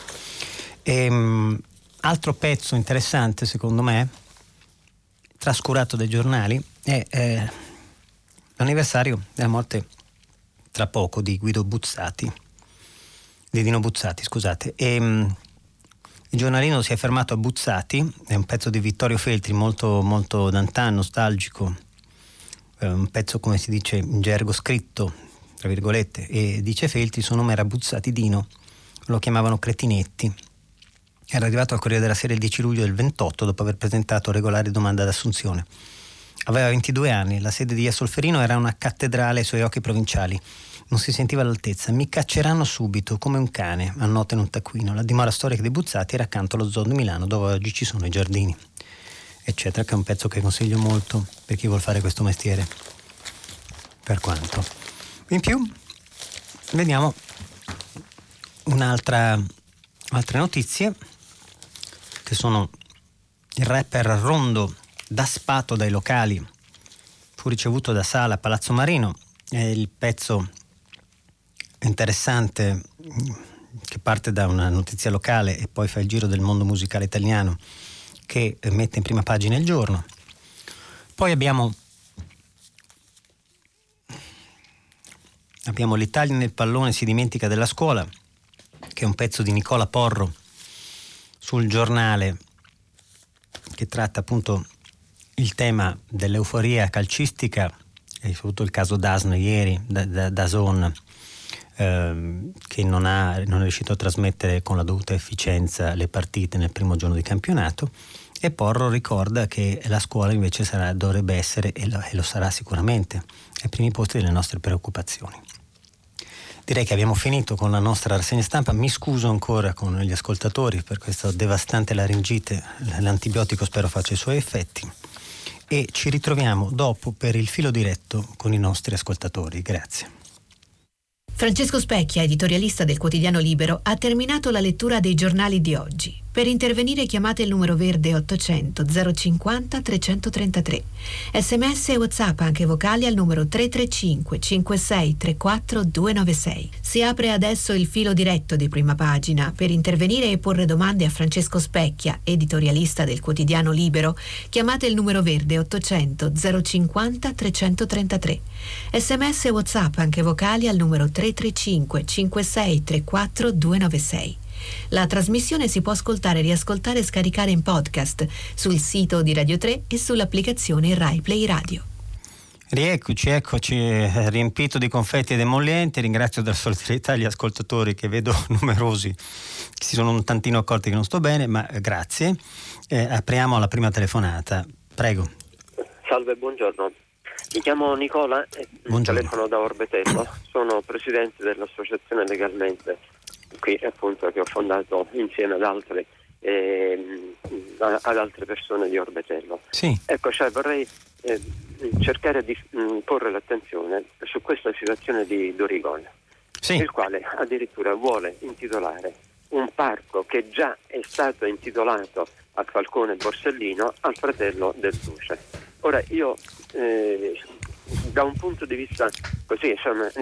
Altro pezzo interessante, secondo me, trascurato dai giornali, è l'anniversario della morte tra poco di Dino Buzzati, scusate. Il giornalino si è fermato a Buzzati, è un pezzo di Vittorio Feltri molto molto d'antan, nostalgico, un pezzo, come si dice in gergo, scritto tra virgolette, e dice Feltri: suo nome era Buzzati Dino, lo chiamavano Cretinetti. Era arrivato al Corriere della Sera il 10 luglio del 28 dopo aver presentato regolare domanda d'assunzione. Aveva 22 anni, la sede di Via Solferino era una cattedrale ai suoi occhi provinciali. Non si sentiva all'altezza. Mi cacceranno subito, come un cane, annota in un taccuino. La dimora storica di Buzzati era accanto allo Zoo di Milano, dove oggi ci sono i giardini, eccetera, che è un pezzo che consiglio molto per chi vuol fare questo mestiere. Per quanto. In più, vediamo altre notizie, che sono: il rapper Rondo, da spato dai locali, fu ricevuto da Sala a Palazzo Marino. È il pezzo interessante che parte da una notizia locale e poi fa il giro del mondo musicale italiano, che mette in prima pagina Il Giorno. Poi abbiamo L'Italia nel pallone si dimentica della scuola, che è un pezzo di Nicola Porro sul Giornale, che tratta appunto il tema dell'euforia calcistica, e soprattutto il caso DAZN ieri, DAZN, che non è riuscito a trasmettere con la dovuta efficienza le partite nel primo giorno di campionato, e Porro ricorda che la scuola invece dovrebbe essere, e lo sarà sicuramente, ai primi posti delle nostre preoccupazioni. Direi che abbiamo finito con la nostra rassegna stampa. Mi scuso ancora con gli ascoltatori per questa devastante laringite, l'antibiotico spero faccia i suoi effetti, e ci ritroviamo dopo per il filo diretto con i nostri ascoltatori. Grazie. Francesco Specchia, editorialista del quotidiano Libero, ha terminato la lettura dei giornali di oggi. Per intervenire chiamate il numero verde 800 050 333. SMS e WhatsApp anche vocali al numero 335 56 34 296. Si apre adesso il filo diretto di Prima Pagina. Per intervenire e porre domande a Francesco Specchia, editorialista del quotidiano Libero, chiamate il numero verde 800 050 333. SMS e WhatsApp anche vocali al numero 335 56 34 296. La trasmissione si può ascoltare, riascoltare e scaricare in podcast sul sito di Radio 3 e sull'applicazione Rai Play Radio. Eccoci, riempito di confetti ed emollienti. Ringrazio della solidarietà gli ascoltatori, che vedo numerosi, che si sono un tantino accorti che non sto bene, ma grazie. Apriamo la prima telefonata. Prego. Salve, buongiorno. Mi chiamo Nicola e telefono da Orbetello. Sono presidente dell'associazione Legalmente, qui appunto, che ho fondato insieme ad altre persone di Orbetello. Sì. Ecco, vorrei cercare di porre l'attenzione su questa situazione di Dorigon, sì, il quale addirittura vuole intitolare un parco che già è stato intitolato a Falcone Borsellino al fratello del duce. Ora io da un punto di vista così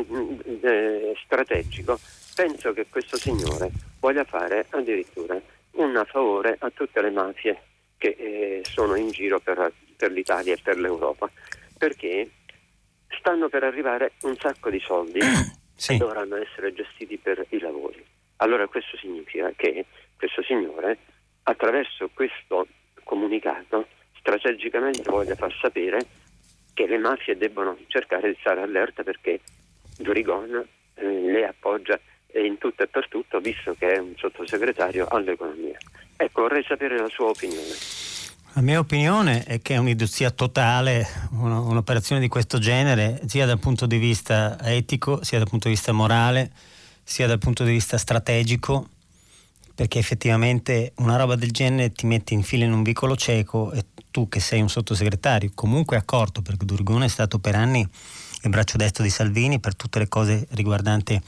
strategico penso che questo signore voglia fare addirittura un favore a tutte le mafie che sono in giro per l'Italia e per l'Europa, perché stanno per arrivare un sacco di soldi sì, che dovranno essere gestiti per i lavori. Allora questo significa che questo signore, attraverso questo comunicato, strategicamente voglia far sapere che le mafie debbono cercare di stare allerta, perché Dorigon le appoggia in tutto e per tutto, visto che è un sottosegretario all'economia. Ecco, vorrei sapere la sua opinione. La mia opinione è che è un'idiozia totale un'operazione di questo genere, sia dal punto di vista etico, sia dal punto di vista morale, sia dal punto di vista strategico, perché effettivamente una roba del genere ti mette in fila in un vicolo cieco, e tu che sei un sottosegretario comunque accorto, perché Dorigon è stato per anni il braccio destro di Salvini per tutte le cose riguardanti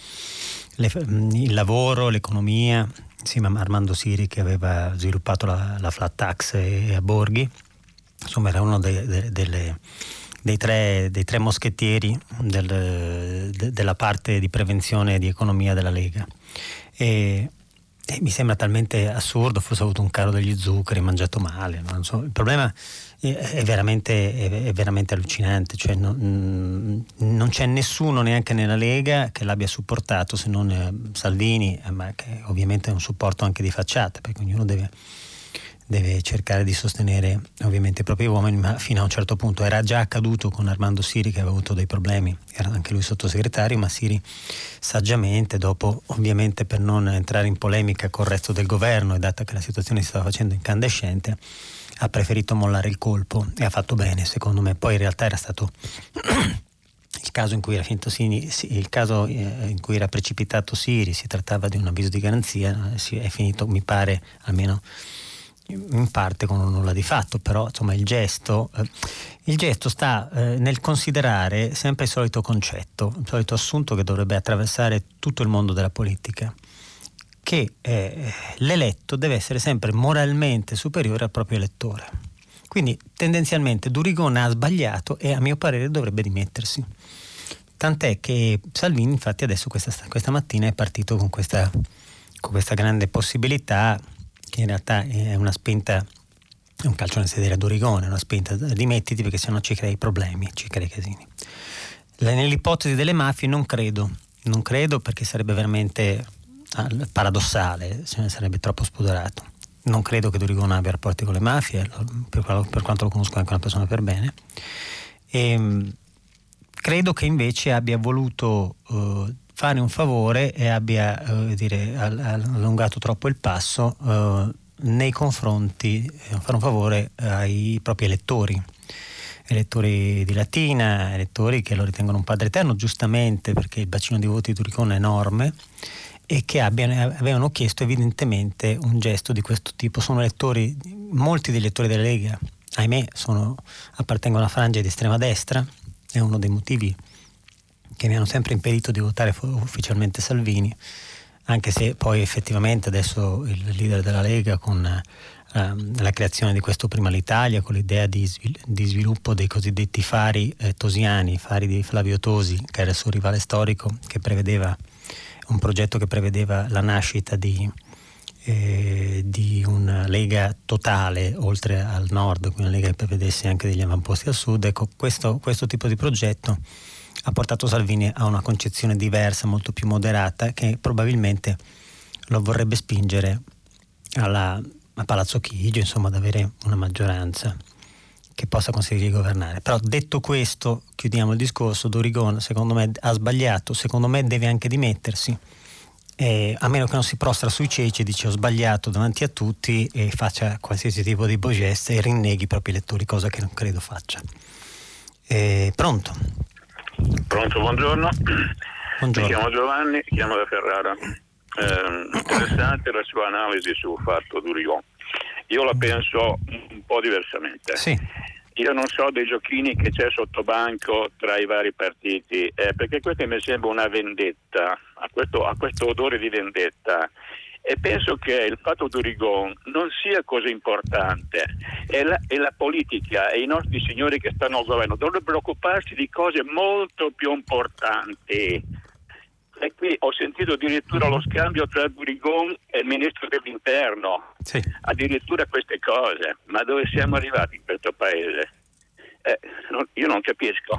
il lavoro, l'economia, insieme a Armando Siri, che aveva sviluppato la flat tax e a Borghi. Insomma, era uno dei tre moschettieri della parte di prevenzione e di economia della Lega. E mi sembra talmente assurdo, forse ha avuto un caro degli zuccheri, mangiato male, non so. Il problema è veramente allucinante, cioè non c'è nessuno neanche nella Lega che l'abbia supportato, se non Salvini, ma che ovviamente è un supporto anche di facciata, perché ognuno deve cercare di sostenere ovviamente i propri uomini, ma fino a un certo punto. Era già accaduto con Armando Siri, che aveva avuto dei problemi, era anche lui sottosegretario, ma Siri saggiamente, dopo, ovviamente per non entrare in polemica col resto del governo, e data che la situazione si stava facendo incandescente, ha preferito mollare il colpo, e ha fatto bene, secondo me. Poi in realtà era stato il caso in cui era finito il caso in cui era precipitato Siri, si trattava di un avviso di garanzia, è finito, mi pare, almeno in parte, con un nulla di fatto. Però insomma il gesto sta nel considerare sempre il solito concetto, il solito assunto che dovrebbe attraversare tutto il mondo della politica, che l'eletto deve essere sempre moralmente superiore al proprio elettore. Quindi tendenzialmente Dorigon ha sbagliato e a mio parere dovrebbe dimettersi. Tant'è che Salvini infatti adesso questa mattina è partito con questa grande possibilità, che in realtà è una spinta, è un calcio nel sedere a Dorigon, è una spinta: dimettiti perché sennò ci crei problemi, ci crei casini. Nell'ipotesi delle mafie non credo, perché sarebbe veramente paradossale, se ne sarebbe troppo spudorato. Non credo che Dorigon abbia rapporti con le mafie, per quanto lo conosco, anche una persona per bene, e credo che invece abbia voluto fare un favore e abbia allungato troppo il passo nei confronti, fare un favore ai propri elettori di Latina, elettori che lo ritengono un padre eterno, giustamente, perché il bacino di voti di Dorigon è enorme, e che avevano chiesto evidentemente un gesto di questo tipo. Sono elettori, molti degli elettori della Lega, ahimè, appartengono alla frangia di estrema destra. È uno dei motivi che mi hanno sempre impedito di votare ufficialmente Salvini, anche se poi effettivamente adesso il leader della Lega con la creazione di questo Prima l'Italia, con l'idea di sviluppo dei cosiddetti fari tosiani, fari di Flavio Tosi, che era il suo rivale storico, che prevedeva un progetto che prevedeva la nascita di una lega totale oltre al nord, quindi una lega che prevedesse anche degli avamposti al sud. Ecco, questo tipo di progetto ha portato Salvini a una concezione diversa, molto più moderata, che probabilmente lo vorrebbe spingere a Palazzo Chigi, insomma, ad avere una maggioranza che possa consentirgli di governare. Però detto questo, chiudiamo il discorso. Durigon secondo me ha sbagliato, secondo me deve anche dimettersi, a meno che non si prostra sui ceci e dice ho sbagliato davanti a tutti e faccia qualsiasi tipo di geste e rinneghi i propri elettori, cosa che non credo faccia. Pronto, buongiorno. Mi chiamo Giovanni, chiamo da Ferrara. Interessante la sua analisi sul fatto Durigon. Io la penso un po' diversamente. Sì. Io non so dei giochini che c'è sotto banco tra i vari partiti, perché questo mi sembra una vendetta, ha questo odore di vendetta, e penso che il fatto Durigon non sia così importante, e la politica e i nostri signori che stanno al governo dovrebbero occuparsi di cose molto più importanti. E qui ho sentito addirittura lo scambio tra Durigon e il ministro dell'interno, sì. Addirittura queste cose, ma dove siamo arrivati in questo paese? Io non capisco.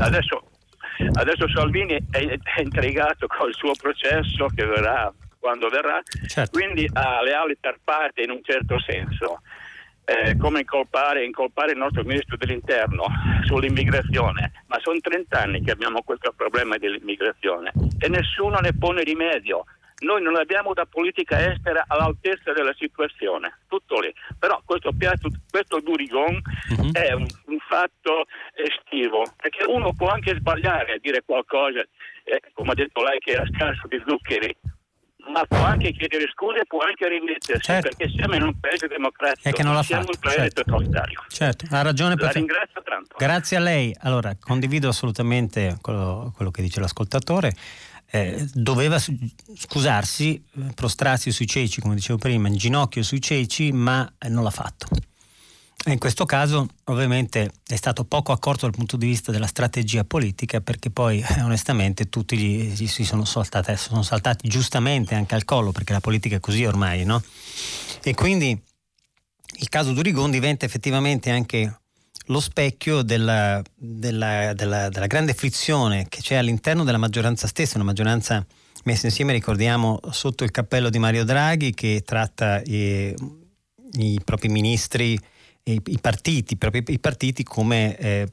Adesso Salvini è intrigato col suo processo che verrà quando verrà, certo. Quindi ha le ali tarpate in un certo senso. Come incolpare il nostro ministro dell'interno sull'immigrazione, ma sono 30 anni che abbiamo questo problema dell'immigrazione e nessuno ne pone rimedio. Noi non abbiamo una politica estera all'altezza della situazione, tutto lì. Però questo Durigon è un fatto estivo, perché uno può anche sbagliare a dire qualcosa, come ha detto lei che era scarso di zuccheri, ma può anche chiedere scuse e può anche rimettersi, certo. Perché siamo in un paese democratico, è che non l'ha siamo fatto, un paese totalitario. Certo, ha ragione. La ringrazio tanto. Grazie a lei. Allora, condivido assolutamente quello che dice l'ascoltatore. Doveva scusarsi, prostrarsi sui ceci, come dicevo prima, in ginocchio sui ceci, ma non l'ha fatto. In questo caso ovviamente è stato poco accorto dal punto di vista della strategia politica, perché poi onestamente tutti gli sono saltati giustamente anche al collo, perché la politica è così ormai, no? E quindi il caso Durigon diventa effettivamente anche lo specchio della grande frizione che c'è all'interno della maggioranza stessa, una maggioranza messa insieme, ricordiamo, sotto il cappello di Mario Draghi, che tratta i propri ministri, i partiti come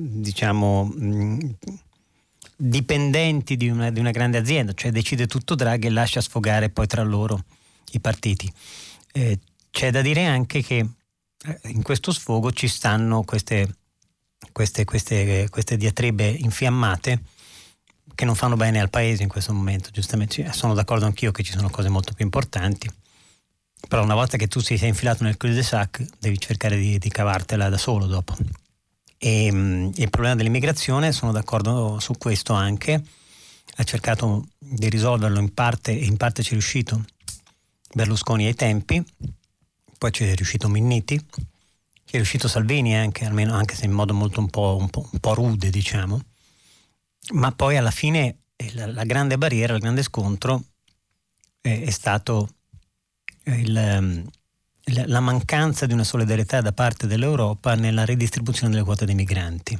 dipendenti di una grande azienda, cioè decide tutto Draghi e lascia sfogare poi tra loro i partiti. C'è da dire anche che in questo sfogo ci stanno queste diatribe infiammate che non fanno bene al paese in questo momento. Giustamente sono d'accordo anch'io che ci sono cose molto più importanti, però una volta che tu sei infilato nel cul-de-sac devi cercare di cavartela da solo dopo. E il problema dell'immigrazione, sono d'accordo su questo anche, ha cercato di risolverlo in parte, e in parte ci è riuscito Berlusconi ai tempi, poi ci è riuscito Minniti, ci è riuscito Salvini anche, almeno, anche se in modo molto un po' rude, diciamo, ma poi alla fine la grande barriera, il grande scontro è stato la mancanza di una solidarietà da parte dell'Europa nella ridistribuzione delle quote dei migranti,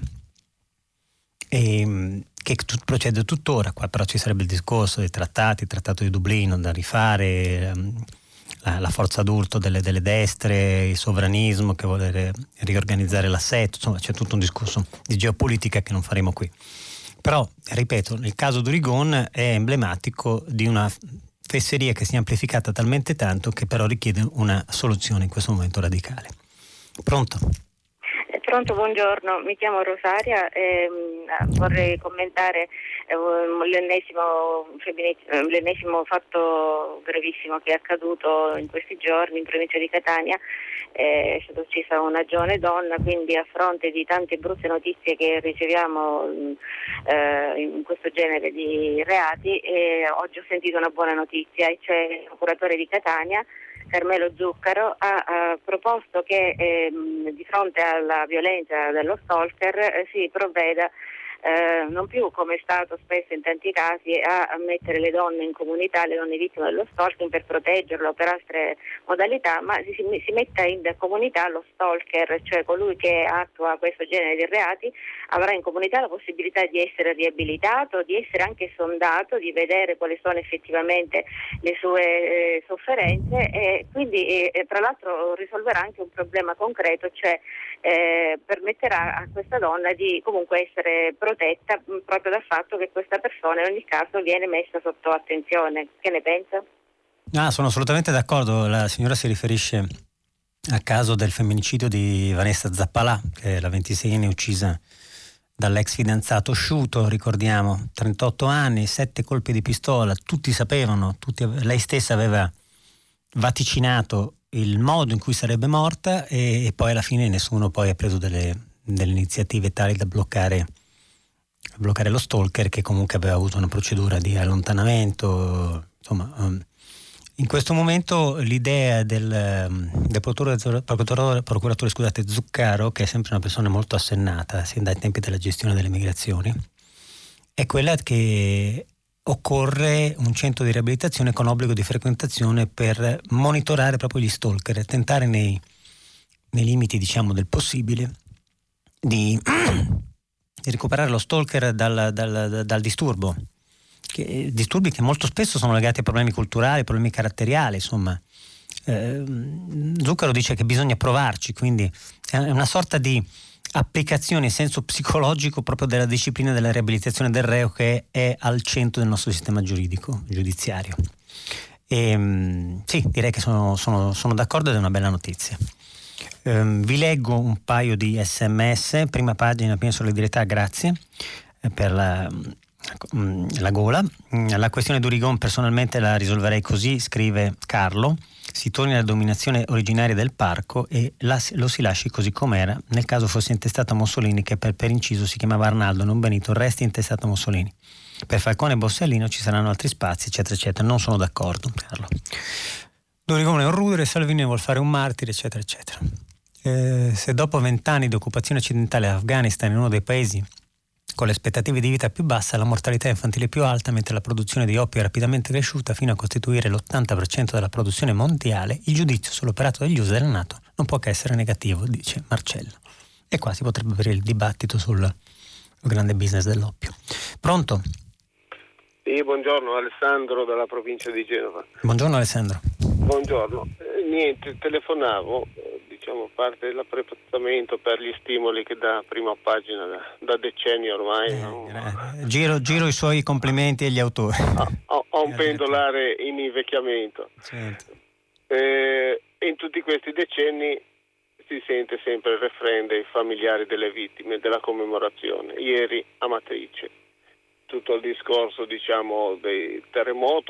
e che procede tuttora. Qua però ci sarebbe il discorso dei trattati, il trattato di Dublino da rifare, la forza d'urto delle destre, il sovranismo che vuole riorganizzare l'assetto, insomma c'è tutto un discorso di geopolitica che non faremo qui. Però, ripeto, il caso Durigon è emblematico di una fesseria che si è amplificata talmente tanto che però richiede una soluzione in questo momento radicale. Pronto? Pronto, buongiorno, mi chiamo Rosaria e vorrei commentare l'ennesimo fatto gravissimo che è accaduto in questi giorni in provincia di Catania. È stata uccisa una giovane donna, quindi a fronte di tante brutte notizie che riceviamo in questo genere di reati, oggi ho sentito una buona notizia, e cioè il procuratore di Catania, Carmelo Zuccaro, ha proposto che di fronte alla violenza dello stalker si provveda non più, come è stato spesso in tanti casi, a mettere le donne in comunità, le donne vittime dello stalking, per proteggerlo per altre modalità, ma si metta in comunità lo stalker, cioè colui che attua questo genere di reati avrà in comunità la possibilità di essere riabilitato, di essere anche sondato, di vedere quali sono effettivamente le sue sofferenze, e quindi tra l'altro risolverà anche un problema concreto, cioè permetterà a questa donna di comunque essere protetta proprio dal fatto che questa persona in ogni caso viene messa sotto attenzione. Che ne pensa? Sono assolutamente d'accordo. La signora si riferisce al caso del femminicidio di Vanessa Zappalà, che è la 26enne uccisa dall'ex fidanzato Sciuto, ricordiamo, 38 anni, 7 colpi di pistola, tutti sapevano, lei stessa aveva vaticinato il modo in cui sarebbe morta, e poi alla fine nessuno poi ha preso delle iniziative tali da bloccare lo stalker, che comunque aveva avuto una procedura di allontanamento. Insomma, in questo momento l'idea del procuratore Zuccaro, che è sempre una persona molto assennata sin dai tempi della gestione delle migrazioni, è quella che occorre un centro di riabilitazione con obbligo di frequentazione per monitorare proprio gli stalker e tentare nei limiti, diciamo, del possibile di recuperare lo stalker dal disturbo. Disturbi che molto spesso sono legati a problemi culturali, problemi caratteriali, insomma. Zuccaro dice che bisogna provarci, quindi è una sorta di applicazione in senso psicologico proprio della disciplina della riabilitazione del reo, che è al centro del nostro sistema giudiziario. Sì, direi che sono d'accordo ed è una bella notizia. Vi leggo un paio di SMS. Prima pagina, piena solidarietà, grazie per la gola. La questione d'Urigon personalmente la risolverei così, scrive Carlo: si torni alla dominazione originaria del parco e lo si lasci così com'era, nel caso fosse intestato a Mussolini, che per inciso si chiamava Arnaldo, non Benito, resti intestato a Mussolini. Per Falcone e Borsellino ci saranno altri spazi, eccetera eccetera. Non sono d'accordo, Carlo. D'Urigon è un rudere, Salvini vuol fare un martire, eccetera eccetera. Se dopo 20 anni di occupazione occidentale l'Afghanistan è uno dei paesi con le aspettative di vita più basse, la mortalità infantile più alta, mentre la produzione di oppio è rapidamente cresciuta fino a costituire l'80% della produzione mondiale, il giudizio sull'operato degli USA e della NATO non può che essere negativo, dice Marcello. E qua si potrebbe aprire il dibattito sul grande business dell'oppio. Pronto? Sì, buongiorno, Alessandro dalla provincia di Genova. Buongiorno Alessandro. Buongiorno. Niente, telefonavo, diciamo, parte dell'apprezzamento per gli stimoli che dà Prima Pagina da decenni ormai. Giro i suoi complimenti agli autori. Ho un pendolare in invecchiamento. Certo. In tutti questi decenni si sente sempre il refrain dei familiari delle vittime, della commemorazione. Ieri a Matrice, tutto il discorso, diciamo, dei terremoti,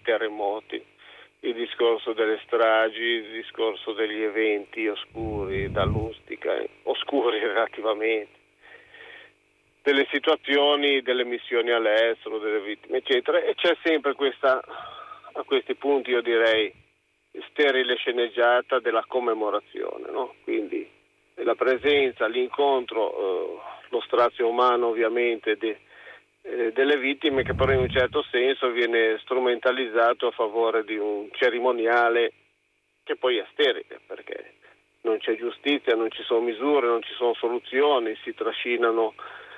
il discorso delle stragi, il discorso degli eventi oscuri dall'Ustica, oscuri relativamente, delle situazioni, delle missioni all'estero, delle vittime, eccetera, e c'è sempre questa, a questi punti io direi, sterile sceneggiata della commemorazione, no? Quindi la presenza, l'incontro, lo strazio umano ovviamente delle vittime, che però in un certo senso viene strumentalizzato a favore di un cerimoniale che poi è sterile, perché non c'è giustizia, non ci sono misure, non ci sono soluzioni, si trascinano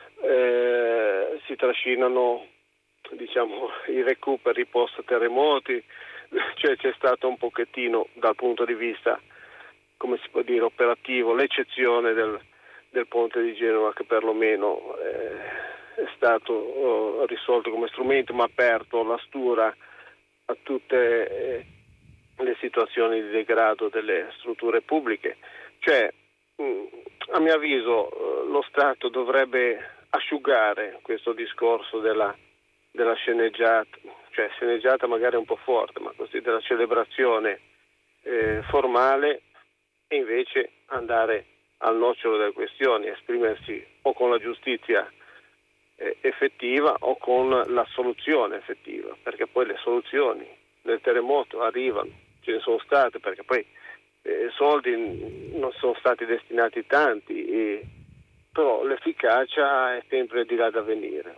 diciamo i recuperi post terremoti, cioè c'è stato un pochettino dal punto di vista, come si può dire, operativo, l'eccezione del ponte di Genova, che perlomeno è stato risolto come strumento, ma ha aperto la stura a tutte le situazioni di degrado delle strutture pubbliche. Cioè a mio avviso lo Stato dovrebbe asciugare questo discorso della sceneggiata, cioè sceneggiata magari un po' forte, ma così della celebrazione formale, e invece andare al nocciolo delle questioni, esprimersi o con la giustizia effettiva o con la soluzione effettiva, perché poi le soluzioni del terremoto arrivano, ce ne sono state, perché poi soldi non sono stati destinati tanti, però l'efficacia è sempre di là da venire.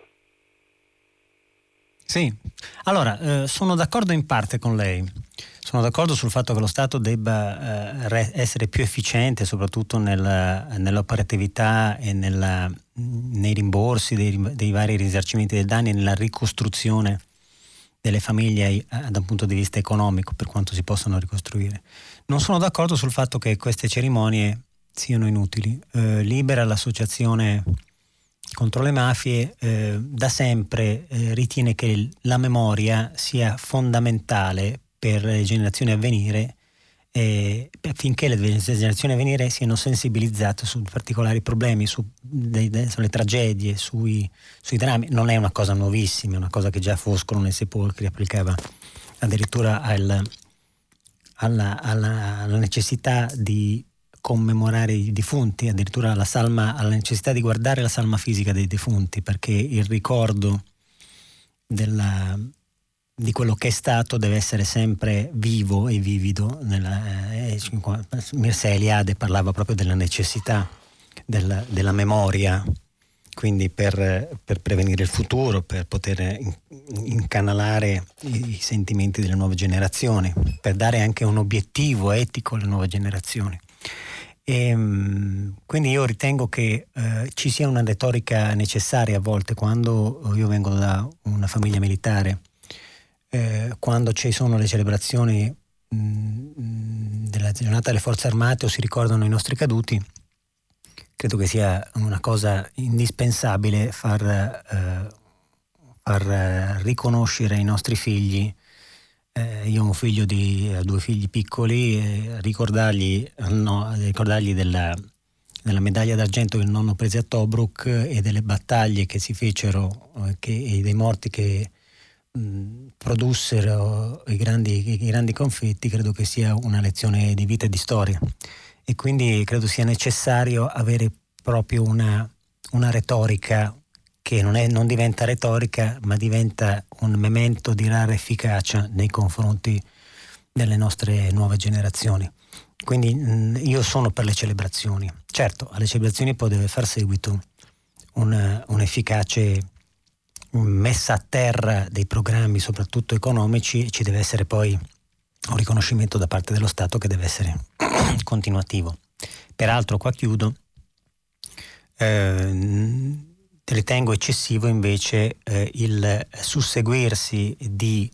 Sì, allora sono d'accordo in parte con lei. Sono d'accordo sul fatto che lo Stato debba essere più efficiente, soprattutto nell'operatività e nei rimborsi dei vari risarcimenti dei danni e nella ricostruzione delle famiglie da un punto di vista economico, per quanto si possano ricostruire. Non sono d'accordo sul fatto che queste cerimonie siano inutili. Libera, l'associazione contro le mafie, da sempre ritiene che la memoria sia fondamentale per le generazioni a venire, affinché le generazioni a venire siano sensibilizzate su particolari problemi, sulle tragedie, sui drammi. Non è una cosa nuovissima, è una cosa che già Foscolo nei Sepolcri applicava addirittura alla necessità di commemorare i defunti, addirittura alla necessità di guardare la salma fisica dei defunti, perché il ricordo di quello che è stato deve essere sempre vivo e vivido. Mircea Eliade parlava proprio della necessità della memoria, quindi per prevenire il futuro, per poter incanalare i sentimenti delle nuove generazioni, per dare anche un obiettivo etico alle nuove generazioni. E quindi io ritengo che ci sia una retorica necessaria a volte. Quando io vengo da una famiglia militare, quando ci sono le celebrazioni della giornata delle forze armate o si ricordano i nostri caduti, credo che sia una cosa indispensabile far riconoscere ai nostri figli. Io ho un figlio due figli piccoli, ricordargli della medaglia d'argento che il nonno prese a Tobruk e delle battaglie che si fecero e dei morti che produssero i grandi conflitti. Credo che sia una lezione di vita e di storia, e quindi credo sia necessario avere proprio una retorica che non diventa retorica, ma diventa un memento di rara efficacia nei confronti delle nostre nuove generazioni. Quindi io sono per le celebrazioni. Certo, alle celebrazioni poi deve far seguito un'efficace messa a terra dei programmi, soprattutto economici, e ci deve essere poi un riconoscimento da parte dello Stato che deve essere continuativo. Peraltro, qua chiudo, ritengo eccessivo invece il susseguirsi del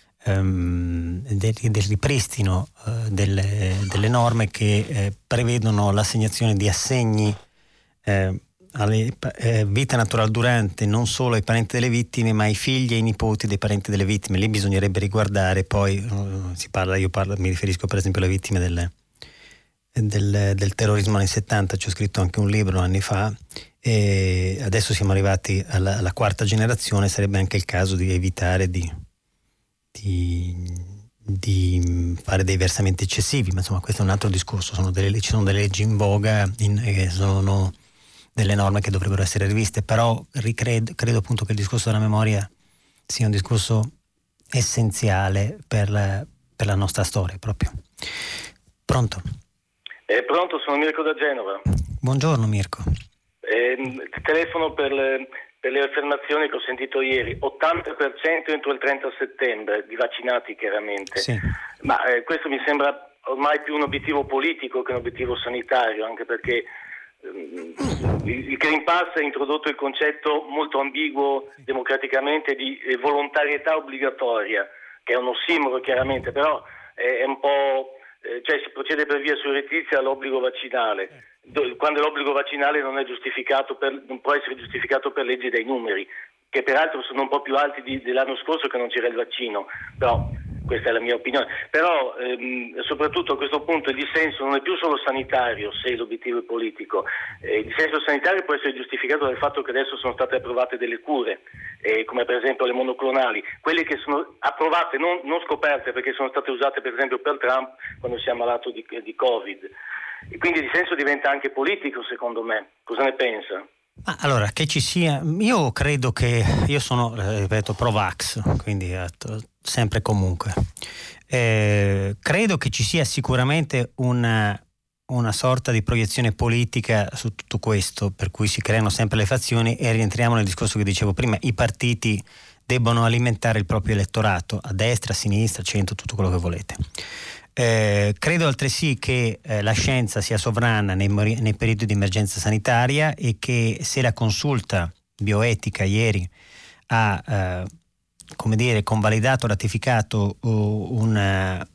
ripristino delle norme che prevedono l'assegnazione di assegni alle vita natural durante non solo ai parenti delle vittime, ma ai figli e ai nipoti dei parenti delle vittime. Lì bisognerebbe riguardare poi, mi riferisco per esempio alle vittime del terrorismo anni 70, ci ho scritto anche un libro anni fa, e adesso siamo arrivati alla quarta generazione. Sarebbe anche il caso di evitare di fare dei versamenti eccessivi, ma insomma questo è un altro discorso. Ci sono delle leggi in voga che sono delle norme che dovrebbero essere riviste, però credo appunto che il discorso della memoria sia un discorso essenziale per la nostra storia proprio. Pronto? Pronto, sono Mirko da Genova. Buongiorno Mirko. Telefono per le affermazioni che ho sentito ieri. 80% entro il 30 settembre di vaccinati, chiaramente. Sì. Ma questo mi sembra ormai più un obiettivo politico che un obiettivo sanitario, anche perché il Green Pass ha introdotto il concetto molto ambiguo democraticamente di volontarietà obbligatoria, che è un ossimoro chiaramente, però è un po'... cioè si procede per via surrettizia all'obbligo vaccinale, quando l'obbligo vaccinale non può essere giustificato per legge dei numeri, che peraltro sono un po' più alti dell'anno scorso che non c'era il vaccino. Però questa è la mia opinione. Però soprattutto a questo punto il dissenso non è più solo sanitario, se l'obiettivo è politico. Il dissenso sanitario può essere giustificato dal fatto che adesso sono state approvate delle cure, come per esempio le monoclonali, quelle che sono approvate, non scoperte, perché sono state usate per esempio per Trump quando si è ammalato di Covid. E quindi il dissenso diventa anche politico, secondo me. Cosa ne pensa? Allora, che ci sia, io credo che, io sono, ripeto, pro-vax, quindi sempre e comunque. Credo che ci sia sicuramente una sorta di proiezione politica su tutto questo, per cui si creano sempre le fazioni, e rientriamo nel discorso che dicevo prima: i partiti debbono alimentare il proprio elettorato, a destra, a sinistra, a centro, tutto quello che volete. Credo altresì che la scienza sia sovrana nei periodi di emergenza sanitaria, e che se la consulta bioetica ieri ha convalidato, ratificato una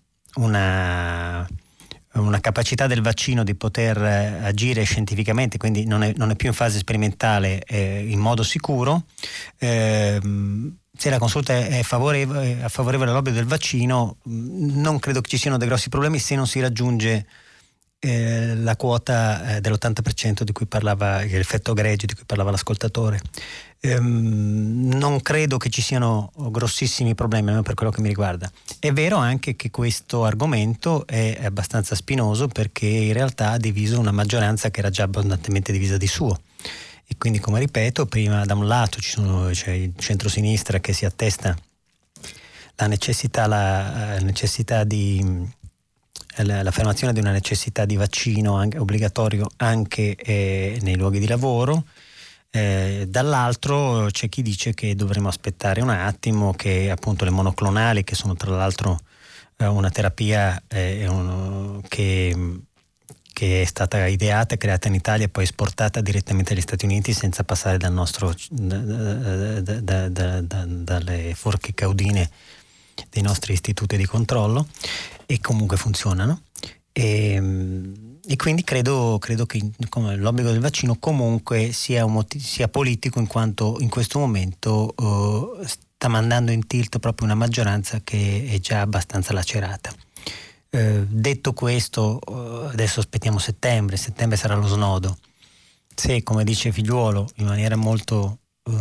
capacità del vaccino di poter agire scientificamente, quindi non è più in fase sperimentale, in modo sicuro, se la consulta è favorevole all'obbligo del vaccino, non credo che ci siano dei grossi problemi se non si raggiunge la quota dell'80% di cui parlava, l'effetto gregge di cui parlava l'ascoltatore. Non credo che ci siano grossissimi problemi, almeno per quello che mi riguarda. È vero anche che questo argomento è abbastanza spinoso, perché in realtà ha diviso una maggioranza che era già abbondantemente divisa di suo. E quindi, come ripeto, prima da un lato c'è il centrosinistra che si attesta l'affermazione di una necessità di vaccino obbligatorio anche nei luoghi di lavoro. Dall'altro c'è chi dice che dovremmo aspettare un attimo, che appunto le monoclonali, che sono tra l'altro una terapia che è stata ideata e creata in Italia e poi esportata direttamente agli Stati Uniti senza passare dalle forche caudine dei nostri istituti di controllo, e comunque funzionano. E quindi credo che l'obbligo del vaccino comunque sia politico, in quanto in questo momento sta mandando in tilt proprio una maggioranza che è già abbastanza lacerata. Detto questo, adesso aspettiamo settembre sarà lo snodo. Se, come dice Figliuolo in maniera molto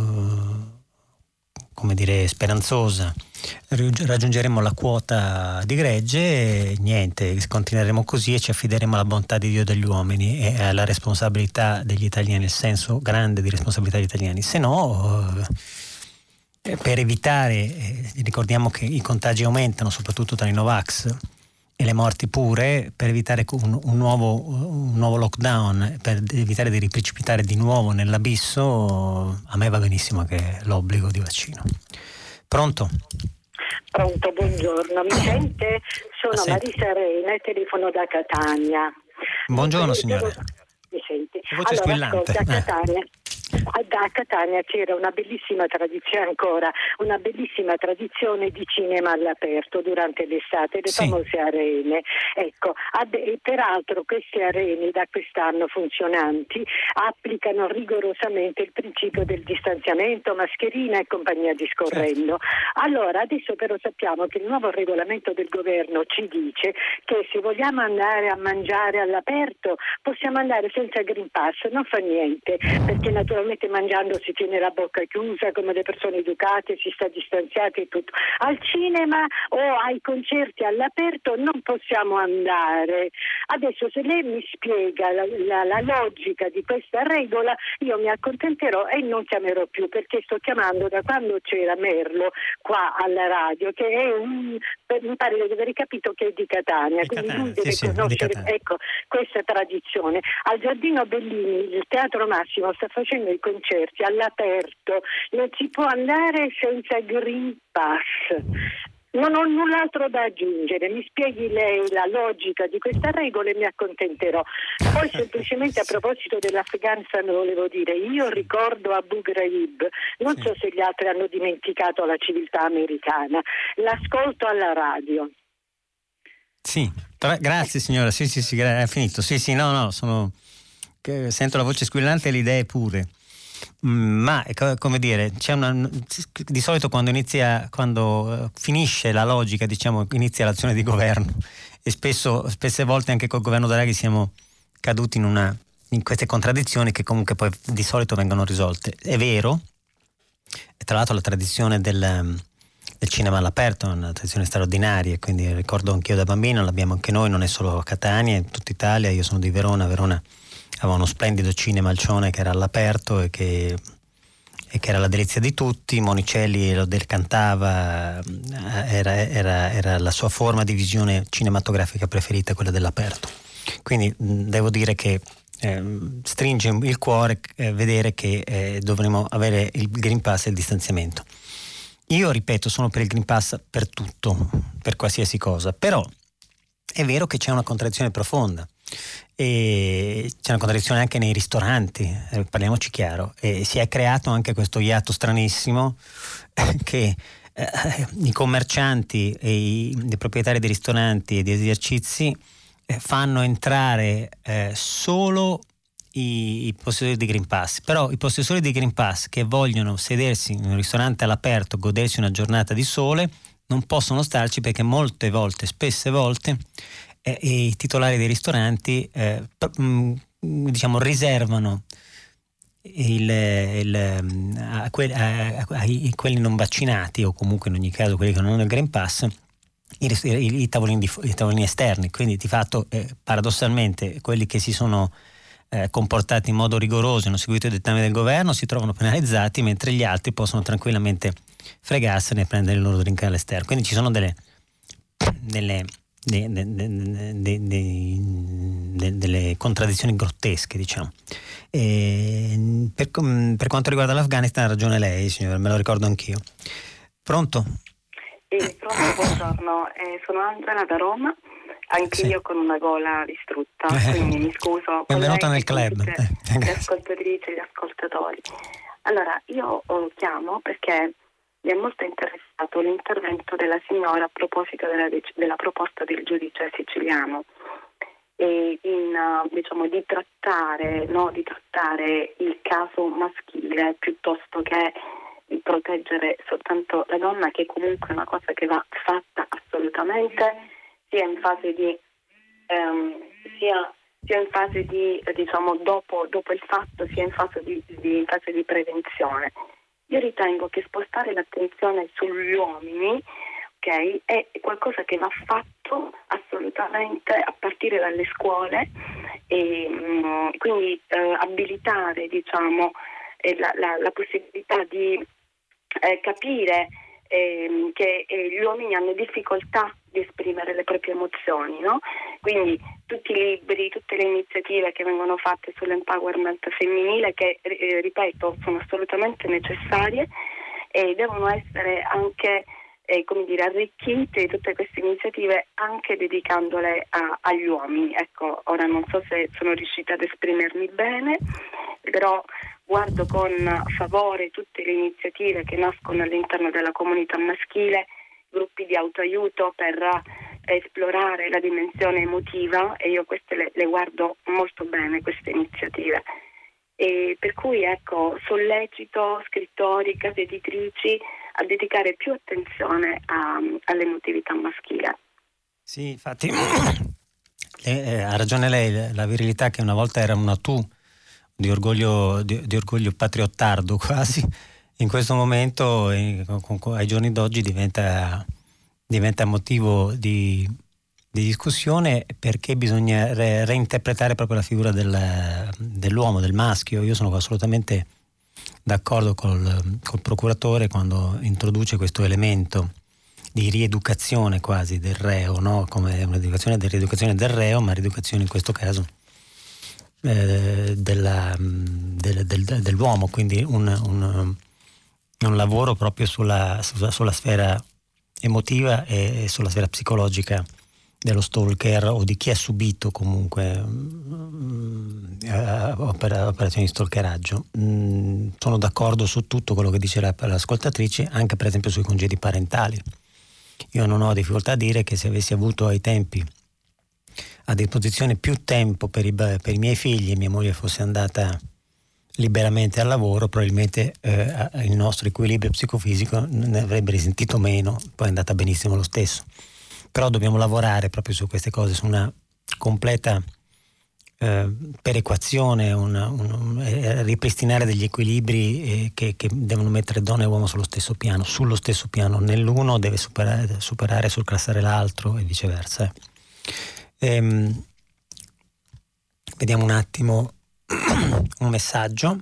speranzosa, raggiungeremo la quota di gregge, niente, continueremo così e ci affideremo alla bontà di Dio e degli uomini e alla responsabilità degli italiani, nel senso grande di responsabilità degli italiani. Se no, per evitare, ricordiamo che i contagi aumentano soprattutto tra i Novax e le morti pure, per evitare un nuovo lockdown, per evitare di riprecipitare di nuovo nell'abisso, a me va benissimo che l'obbligo di vaccino. Pronto? Pronto, buongiorno, mi sente? Sono Marisa Reina e telefono da Catania. Buongiorno signora. Mi sente? Voce squillante. A Catania c'era una bellissima tradizione di cinema all'aperto durante l'estate, le famose arene. Ecco, peraltro queste arene da quest'anno funzionanti applicano rigorosamente il principio del distanziamento, mascherina e compagnia discorrendo. Allora, adesso però sappiamo che il nuovo regolamento del governo ci dice che se vogliamo andare a mangiare all'aperto possiamo andare senza Green Pass, non fa niente, perché naturalmente mangiando si tiene la bocca chiusa come le persone educate, si sta distanziati e tutto. Al cinema o ai concerti all'aperto non possiamo andare. Adesso se lei mi spiega la logica di questa regola, io mi accontenterò e non chiamerò più, perché sto chiamando da quando c'era Merlo qua alla radio, che è mi pare di aver capito che è di Catania, quindi lui deve conoscere questa tradizione. Al Giardino Bellini il Teatro Massimo sta facendo i concerti all'aperto, non si può andare senza Green Pass. Non ho null'altro da aggiungere, mi spieghi lei la logica di questa regola e mi accontenterò. Poi semplicemente a proposito dell'Afghanistan volevo dire, io ricordo Abu Ghraib, non so se gli altri hanno dimenticato la civiltà americana, l'ascolto alla radio. Sì, grazie signora, sì, è finito, no, sento la voce squillante e le idee pure. Ma come dire, di solito quando finisce la logica, diciamo, inizia l'azione di governo, e spesse volte anche col governo Draghi siamo caduti in queste contraddizioni che comunque poi di solito vengono risolte. È vero, e tra l'altro la tradizione del cinema all'aperto è una tradizione straordinaria, quindi ricordo anch'io da bambino, l'abbiamo anche noi, non è solo a Catania, in tutta Italia. Io sono di Verona aveva uno splendido cinema Alcione che era all'aperto e che era la delizia di tutti. Monicelli lo cantava, era la sua forma di visione cinematografica preferita, quella dell'aperto. Quindi devo dire che stringe il cuore vedere che dovremo avere il Green Pass e il distanziamento. Io ripeto, sono per il Green Pass per tutto, per qualsiasi cosa, però è vero che c'è una contraddizione profonda. E c'è una contraddizione anche nei ristoranti, parliamoci chiaro, e si è creato anche questo iatto stranissimo che i commercianti e i proprietari di ristoranti e di esercizi fanno entrare solo i possessori di Green Pass, però i possessori di Green Pass che vogliono sedersi in un ristorante all'aperto, godersi una giornata di sole, non possono starci perché spesse volte i titolari dei ristoranti diciamo riservano quelli non vaccinati, o comunque in ogni caso quelli che non hanno il Green Pass, i tavolini esterni. Quindi di fatto paradossalmente quelli che si sono comportati in modo rigoroso e hanno seguito i dettami del governo si trovano penalizzati, mentre gli altri possono tranquillamente fregarsene e prendere il loro drink all'esterno. Quindi ci sono delle contraddizioni grottesche, diciamo. Per quanto riguarda l'Afghanistan ha ragione lei, signora, me lo ricordo anch'io. Pronto? Pronto, buongiorno, sono Angela da Roma, anche io con una gola distrutta, quindi mi scuso. Benvenuta nel club. Le ascoltatrici e gli ascoltatori. Allora, io chiamo perché mi è molto interessato l'intervento della signora a proposito della proposta del giudice siciliano diciamo di trattare il caso maschile piuttosto che di proteggere soltanto la donna, che comunque è una cosa che va fatta assolutamente sia in fase di diciamo dopo il fatto, sia in fase di prevenzione. Io ritengo che spostare l'attenzione sugli uomini, ok, è qualcosa che va fatto assolutamente a partire dalle scuole, e quindi abilitare, diciamo, la possibilità di capire che gli uomini hanno difficoltà di esprimere le proprie emozioni, no? Quindi tutti i libri, tutte le iniziative che vengono fatte sull'empowerment femminile, che ripeto sono assolutamente necessarie e devono essere anche arricchite, tutte queste iniziative, anche dedicandole agli uomini. Ecco, ora non so se sono riuscita ad esprimermi bene, però guardo con favore tutte le iniziative che nascono all'interno della comunità maschile, gruppi di autoaiuto per esplorare la dimensione emotiva, e io queste le guardo molto bene, queste iniziative. E per cui sollecito scrittori, case editrici a dedicare più attenzione all'emotività maschile. Sì, infatti ha ragione lei, la virilità che una volta era una tu di orgoglio patriottardo quasi, in questo momento ai giorni d'oggi diventa motivo di discussione, perché bisogna reinterpretare proprio la figura dell'uomo, del maschio. Io sono assolutamente d'accordo col procuratore quando introduce questo elemento di rieducazione quasi del reo, no? Come un'educazione di rieducazione del reo, ma rieducazione in questo caso dell'uomo, quindi un lavoro proprio sulla sfera emotiva e sulla sfera psicologica dello stalker o di chi ha subito comunque operazioni di stalkeraggio. Sono d'accordo su tutto quello che dice l'ascoltatrice, anche per esempio sui congedi parentali. Io non ho difficoltà a dire che se avessi avuto ai tempi a disposizione più tempo per i miei figli e mia moglie fosse andata liberamente al lavoro, probabilmente il nostro equilibrio psicofisico ne avrebbe risentito meno, poi è andata benissimo lo stesso. Però dobbiamo lavorare proprio su queste cose, su una completa perequazione, ripristinare degli equilibri che devono mettere donna e uomo sullo stesso piano, nell'uno deve superare, surclassare l'altro e viceversa. Vediamo un attimo un messaggio.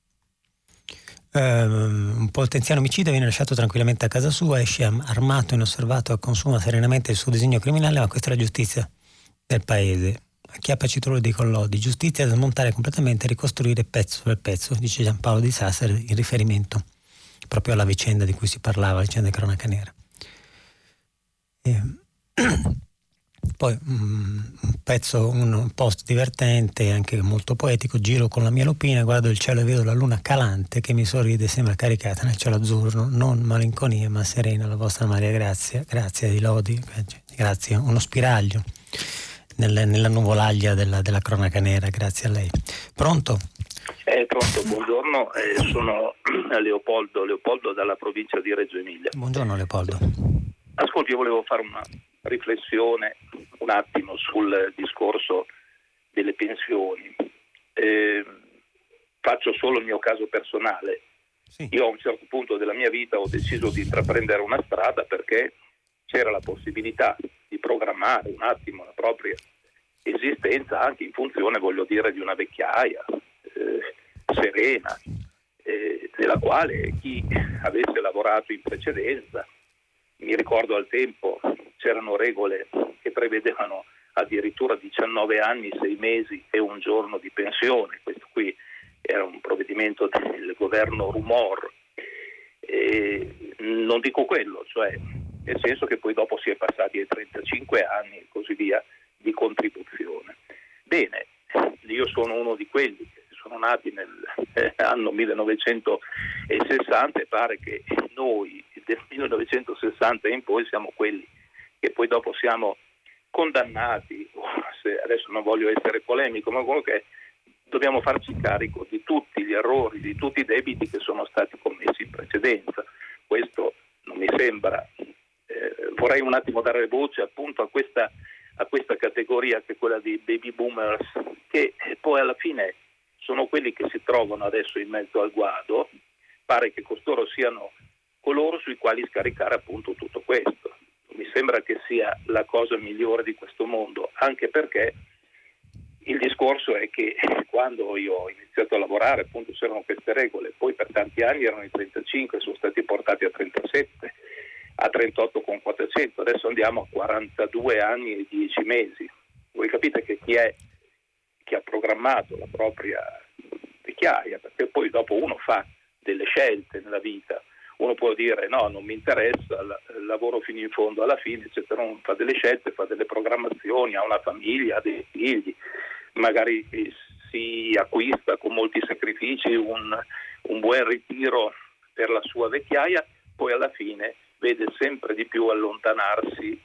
Un potenziale omicida viene lasciato tranquillamente a casa sua, esce armato, inosservato e consuma serenamente il suo disegno criminale, ma questa è la giustizia del paese. Acchiappa citrone di collodi, giustizia da smontare completamente e ricostruire pezzo per pezzo, dice Giampaolo Di Sassari in riferimento proprio alla vicenda di cui si parlava, la vicenda di Cronaca Nera. Poi un post divertente, anche molto poetico: giro con la mia lupina, guardo il cielo e vedo la luna calante che mi sorride, sembra caricata nel cielo azzurro, non malinconia ma serena, la vostra Maria Grazia di lodi, grazie, uno spiraglio nella nuvolaglia della Cronaca Nera, grazie a lei. Pronto? Pronto, buongiorno, sono Leopoldo dalla provincia di Reggio Emilia. Buongiorno Leopoldo. Ascolti, io volevo fare una riflessione un attimo sul discorso delle pensioni. Faccio solo il mio caso personale. Sì. Io a un certo punto della mia vita ho deciso di intraprendere una strada perché c'era la possibilità di programmare un attimo la propria esistenza anche in funzione, voglio dire, di una vecchiaia serena, nella quale chi avesse lavorato in precedenza, mi ricordo al tempo c'erano regole che prevedevano addirittura 19 anni, 6 mesi e un giorno di pensione. Questo qui era un provvedimento del governo Rumor. Non dico quello, cioè nel senso che poi dopo si è passati ai 35 anni e così via di contribuzione. Bene, io sono uno di quelli che sono nati nell'anno 1960 e pare che noi del 1960 in poi siamo quelli che poi dopo siamo condannati, adesso non voglio essere polemico, ma comunque dobbiamo farci carico di tutti gli errori, di tutti i debiti che sono stati commessi in precedenza. Questo non mi sembra. Vorrei un attimo dare voce appunto a questa categoria che è quella dei baby boomers, che poi alla fine sono quelli che si trovano adesso in mezzo al guado. Pare che costoro siano coloro sui quali scaricare appunto tutto questo. Mi sembra che sia la cosa migliore di questo mondo, anche perché il discorso è che quando io ho iniziato a lavorare appunto c'erano queste regole, poi per tanti anni erano i 35, sono stati portati a 37, a 38,400, adesso andiamo a 42 anni e 10 mesi. Voi capite che chi ha programmato la propria vecchiaia, perché poi dopo uno fa delle scelte nella vita, uno può dire no, non mi interessa, lavoro fino in fondo alla fine, eccetera, uno fa delle scelte, fa delle programmazioni, ha una famiglia, ha dei figli, magari si acquista con molti sacrifici un buon ritiro per la sua vecchiaia, poi alla fine vede sempre di più allontanarsi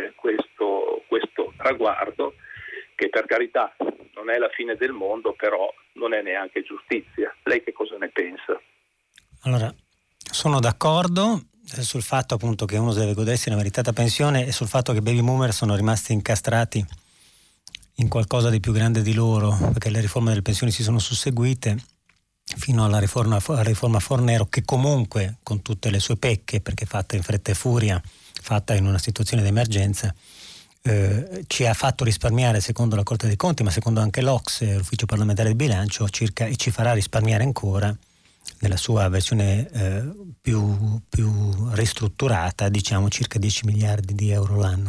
questo traguardo, che per carità non è la fine del mondo, però non è neanche giustizia. Lei che cosa ne pensa? Allora, sono d'accordo sul fatto appunto che uno deve godersi una meritata pensione e sul fatto che i baby boomer sono rimasti incastrati in qualcosa di più grande di loro, perché le riforme delle pensioni si sono susseguite fino alla riforma Fornero, che comunque con tutte le sue pecche, perché fatta in fretta e furia, fatta in una situazione di emergenza, ci ha fatto risparmiare, secondo la Corte dei Conti, ma secondo anche l'Ocse, l'Ufficio parlamentare di bilancio, circa, e ci farà risparmiare ancora nella sua versione più ristrutturata, diciamo circa 10 miliardi di euro l'anno.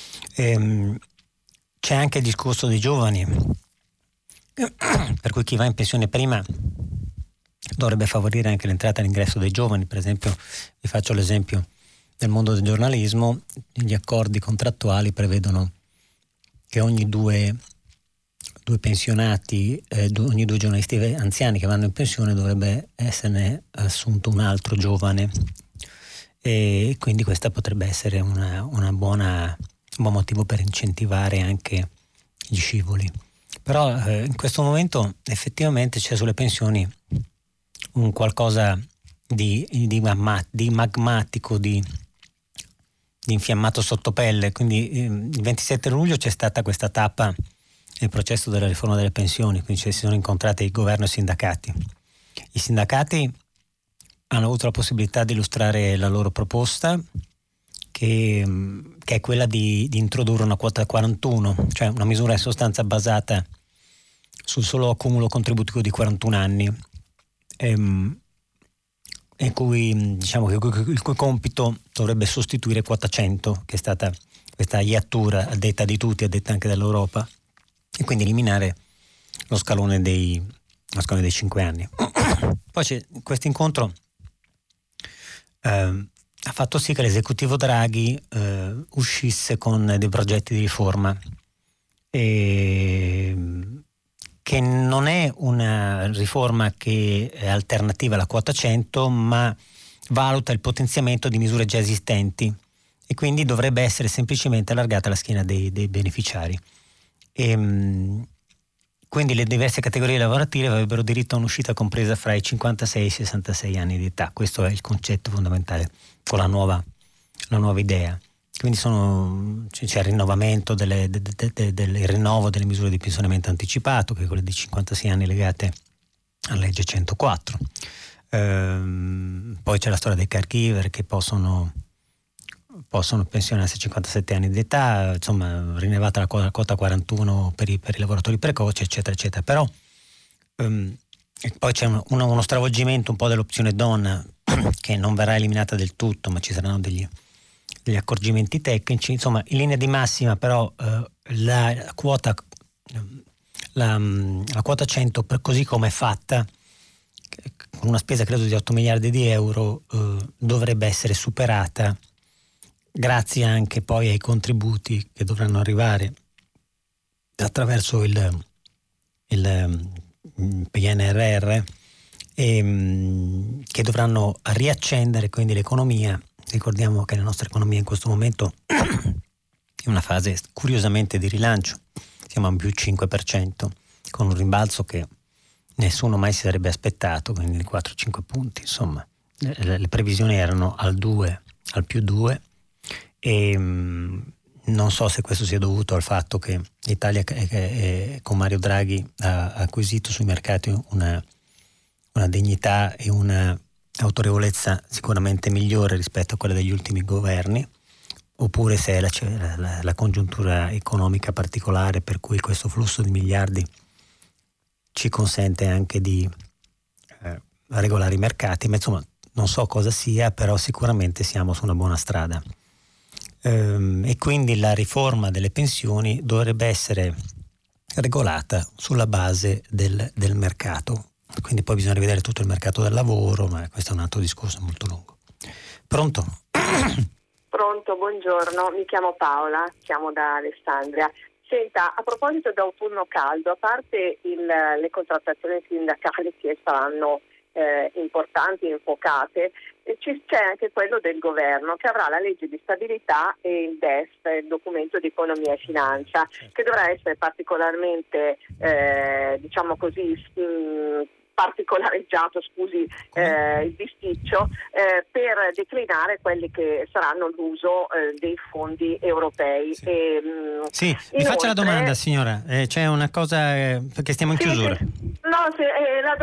C'è anche il discorso dei giovani, per cui chi va in pensione prima dovrebbe favorire anche l'entrata e l'ingresso dei giovani. Per esempio, vi faccio l'esempio del mondo del giornalismo: gli accordi contrattuali prevedono che ogni due pensionati, ogni due giornalisti anziani che vanno in pensione dovrebbe esserne assunto un altro giovane, e quindi questa potrebbe essere un buon motivo per incentivare anche gli scivoli. Però in questo momento effettivamente c'è sulle pensioni un qualcosa di magmatico, di infiammato sottopelle. Quindi il 27 luglio c'è stata questa tappa nel processo della riforma delle pensioni, quindi si sono incontrati il governo e i sindacati. I sindacati hanno avuto la possibilità di illustrare la loro proposta, che è quella di introdurre una quota 41, cioè una misura in sostanza basata sul solo accumulo contributivo di 41 anni, in cui diciamo che il cui compito dovrebbe sostituire quota 100, che è stata questa iattura a detta di tutti, a detta anche dell'Europa, e quindi eliminare lo scalone dei 5 anni. Poi questo incontro ha fatto sì che l'esecutivo Draghi uscisse con dei progetti di riforma, che non è una riforma che è alternativa alla quota 100, ma valuta il potenziamento di misure già esistenti e quindi dovrebbe essere semplicemente allargata alla schiena dei beneficiari. Quindi le diverse categorie lavorative avrebbero diritto a un'uscita compresa fra i 56 e i 66 anni di età. Questo è il concetto fondamentale con la nuova idea. Quindi c'è il rinnovamento del rinnovo delle misure di pensionamento anticipato, che è quelle di 56 anni legate alla legge 104. Poi c'è la storia dei caregiver che possono pensionarsi a 57 anni di età, insomma rinnovata la quota 41 per i lavoratori precoci, eccetera eccetera. Però poi c'è uno stravolgimento un po' dell'opzione donna, che non verrà eliminata del tutto, ma ci saranno degli accorgimenti tecnici. Insomma, in linea di massima però la quota 100, per così come è fatta, con una spesa credo di 8 miliardi di euro, dovrebbe essere superata, grazie anche poi ai contributi che dovranno arrivare attraverso il PNRR, che dovranno riaccendere quindi l'economia. Ricordiamo che la nostra economia in questo momento è in una fase curiosamente di rilancio, siamo a più 5%, con un rimbalzo che nessuno mai si sarebbe aspettato, quindi di 4-5 punti. Insomma, le previsioni erano al più 2, e non so se questo sia dovuto al fatto che l'Italia con Mario Draghi ha acquisito sui mercati una dignità e una autorevolezza sicuramente migliore rispetto a quella degli ultimi governi, oppure se è la congiuntura economica particolare per cui questo flusso di miliardi ci consente anche di regolare i mercati. Ma insomma non so cosa sia, però sicuramente siamo su una buona strada, e quindi la riforma delle pensioni dovrebbe essere regolata sulla base del mercato. Quindi poi bisogna rivedere tutto il mercato del lavoro, ma questo è un altro discorso molto lungo. Pronto? Pronto, buongiorno, mi chiamo Paola, chiamo da Alessandria. Senta, a proposito d'autunno caldo, a parte le contrattazioni sindacali che saranno importanti, infuocate, c'è anche quello del governo, che avrà la legge di stabilità e il DEF, il documento di economia e finanza, che dovrà essere particolarmente diciamo così particolareggiato, scusi il bisticcio, per declinare quelli che saranno l'uso dei fondi europei. Sì, sì, mi faccia la domanda, signora, c'è una cosa perché stiamo in chiusura. La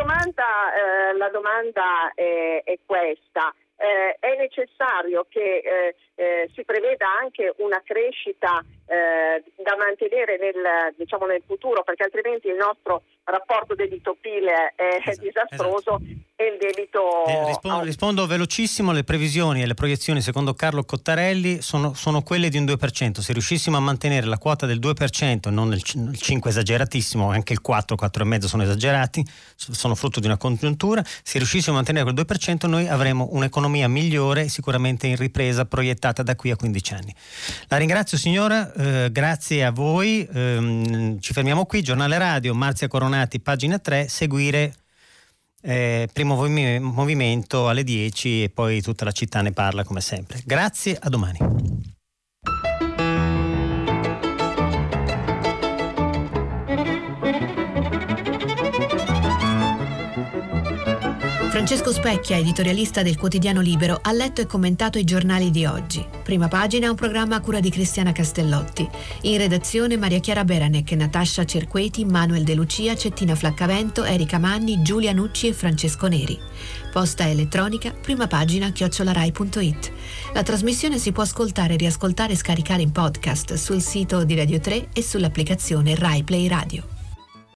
domanda è questa. È necessario che si preveda anche una crescita da mantenere nel futuro, perché altrimenti il nostro rapporto debito-PIL è disastroso. Esatto. E il debito... Rispondo velocissimo. Le previsioni e le proiezioni secondo Carlo Cottarelli sono quelle di un 2%. Se riuscissimo a mantenere la quota del 2%, non il 5 esageratissimo, anche il 4,5 sono esagerati, sono frutto di una congiuntura. Se riuscissimo a mantenere quel 2%, noi avremo un'economia migliore, sicuramente in ripresa, proiettata da qui a 15 anni. La ringrazio, signora, grazie a voi. Ci fermiamo qui. Giornale Radio, Marzia Coronati, pagina 3, seguire Primo Movimento alle 10 e poi tutta la città ne parla come sempre. Grazie, a domani. Francesco Specchia, editorialista del quotidiano Libero, ha letto e commentato i giornali di oggi. Prima pagina è un programma a cura di Cristiana Castellotti. In redazione Maria Chiara Beranec, Natascia Cerqueti, Manuel De Lucia, Cettina Flaccavento, Erika Manni, Giulia Nucci e Francesco Neri. Posta elettronica primapagina@rai.it. La trasmissione si può ascoltare, riascoltare e scaricare in podcast sul sito di Radio 3 e sull'applicazione Rai Play Radio.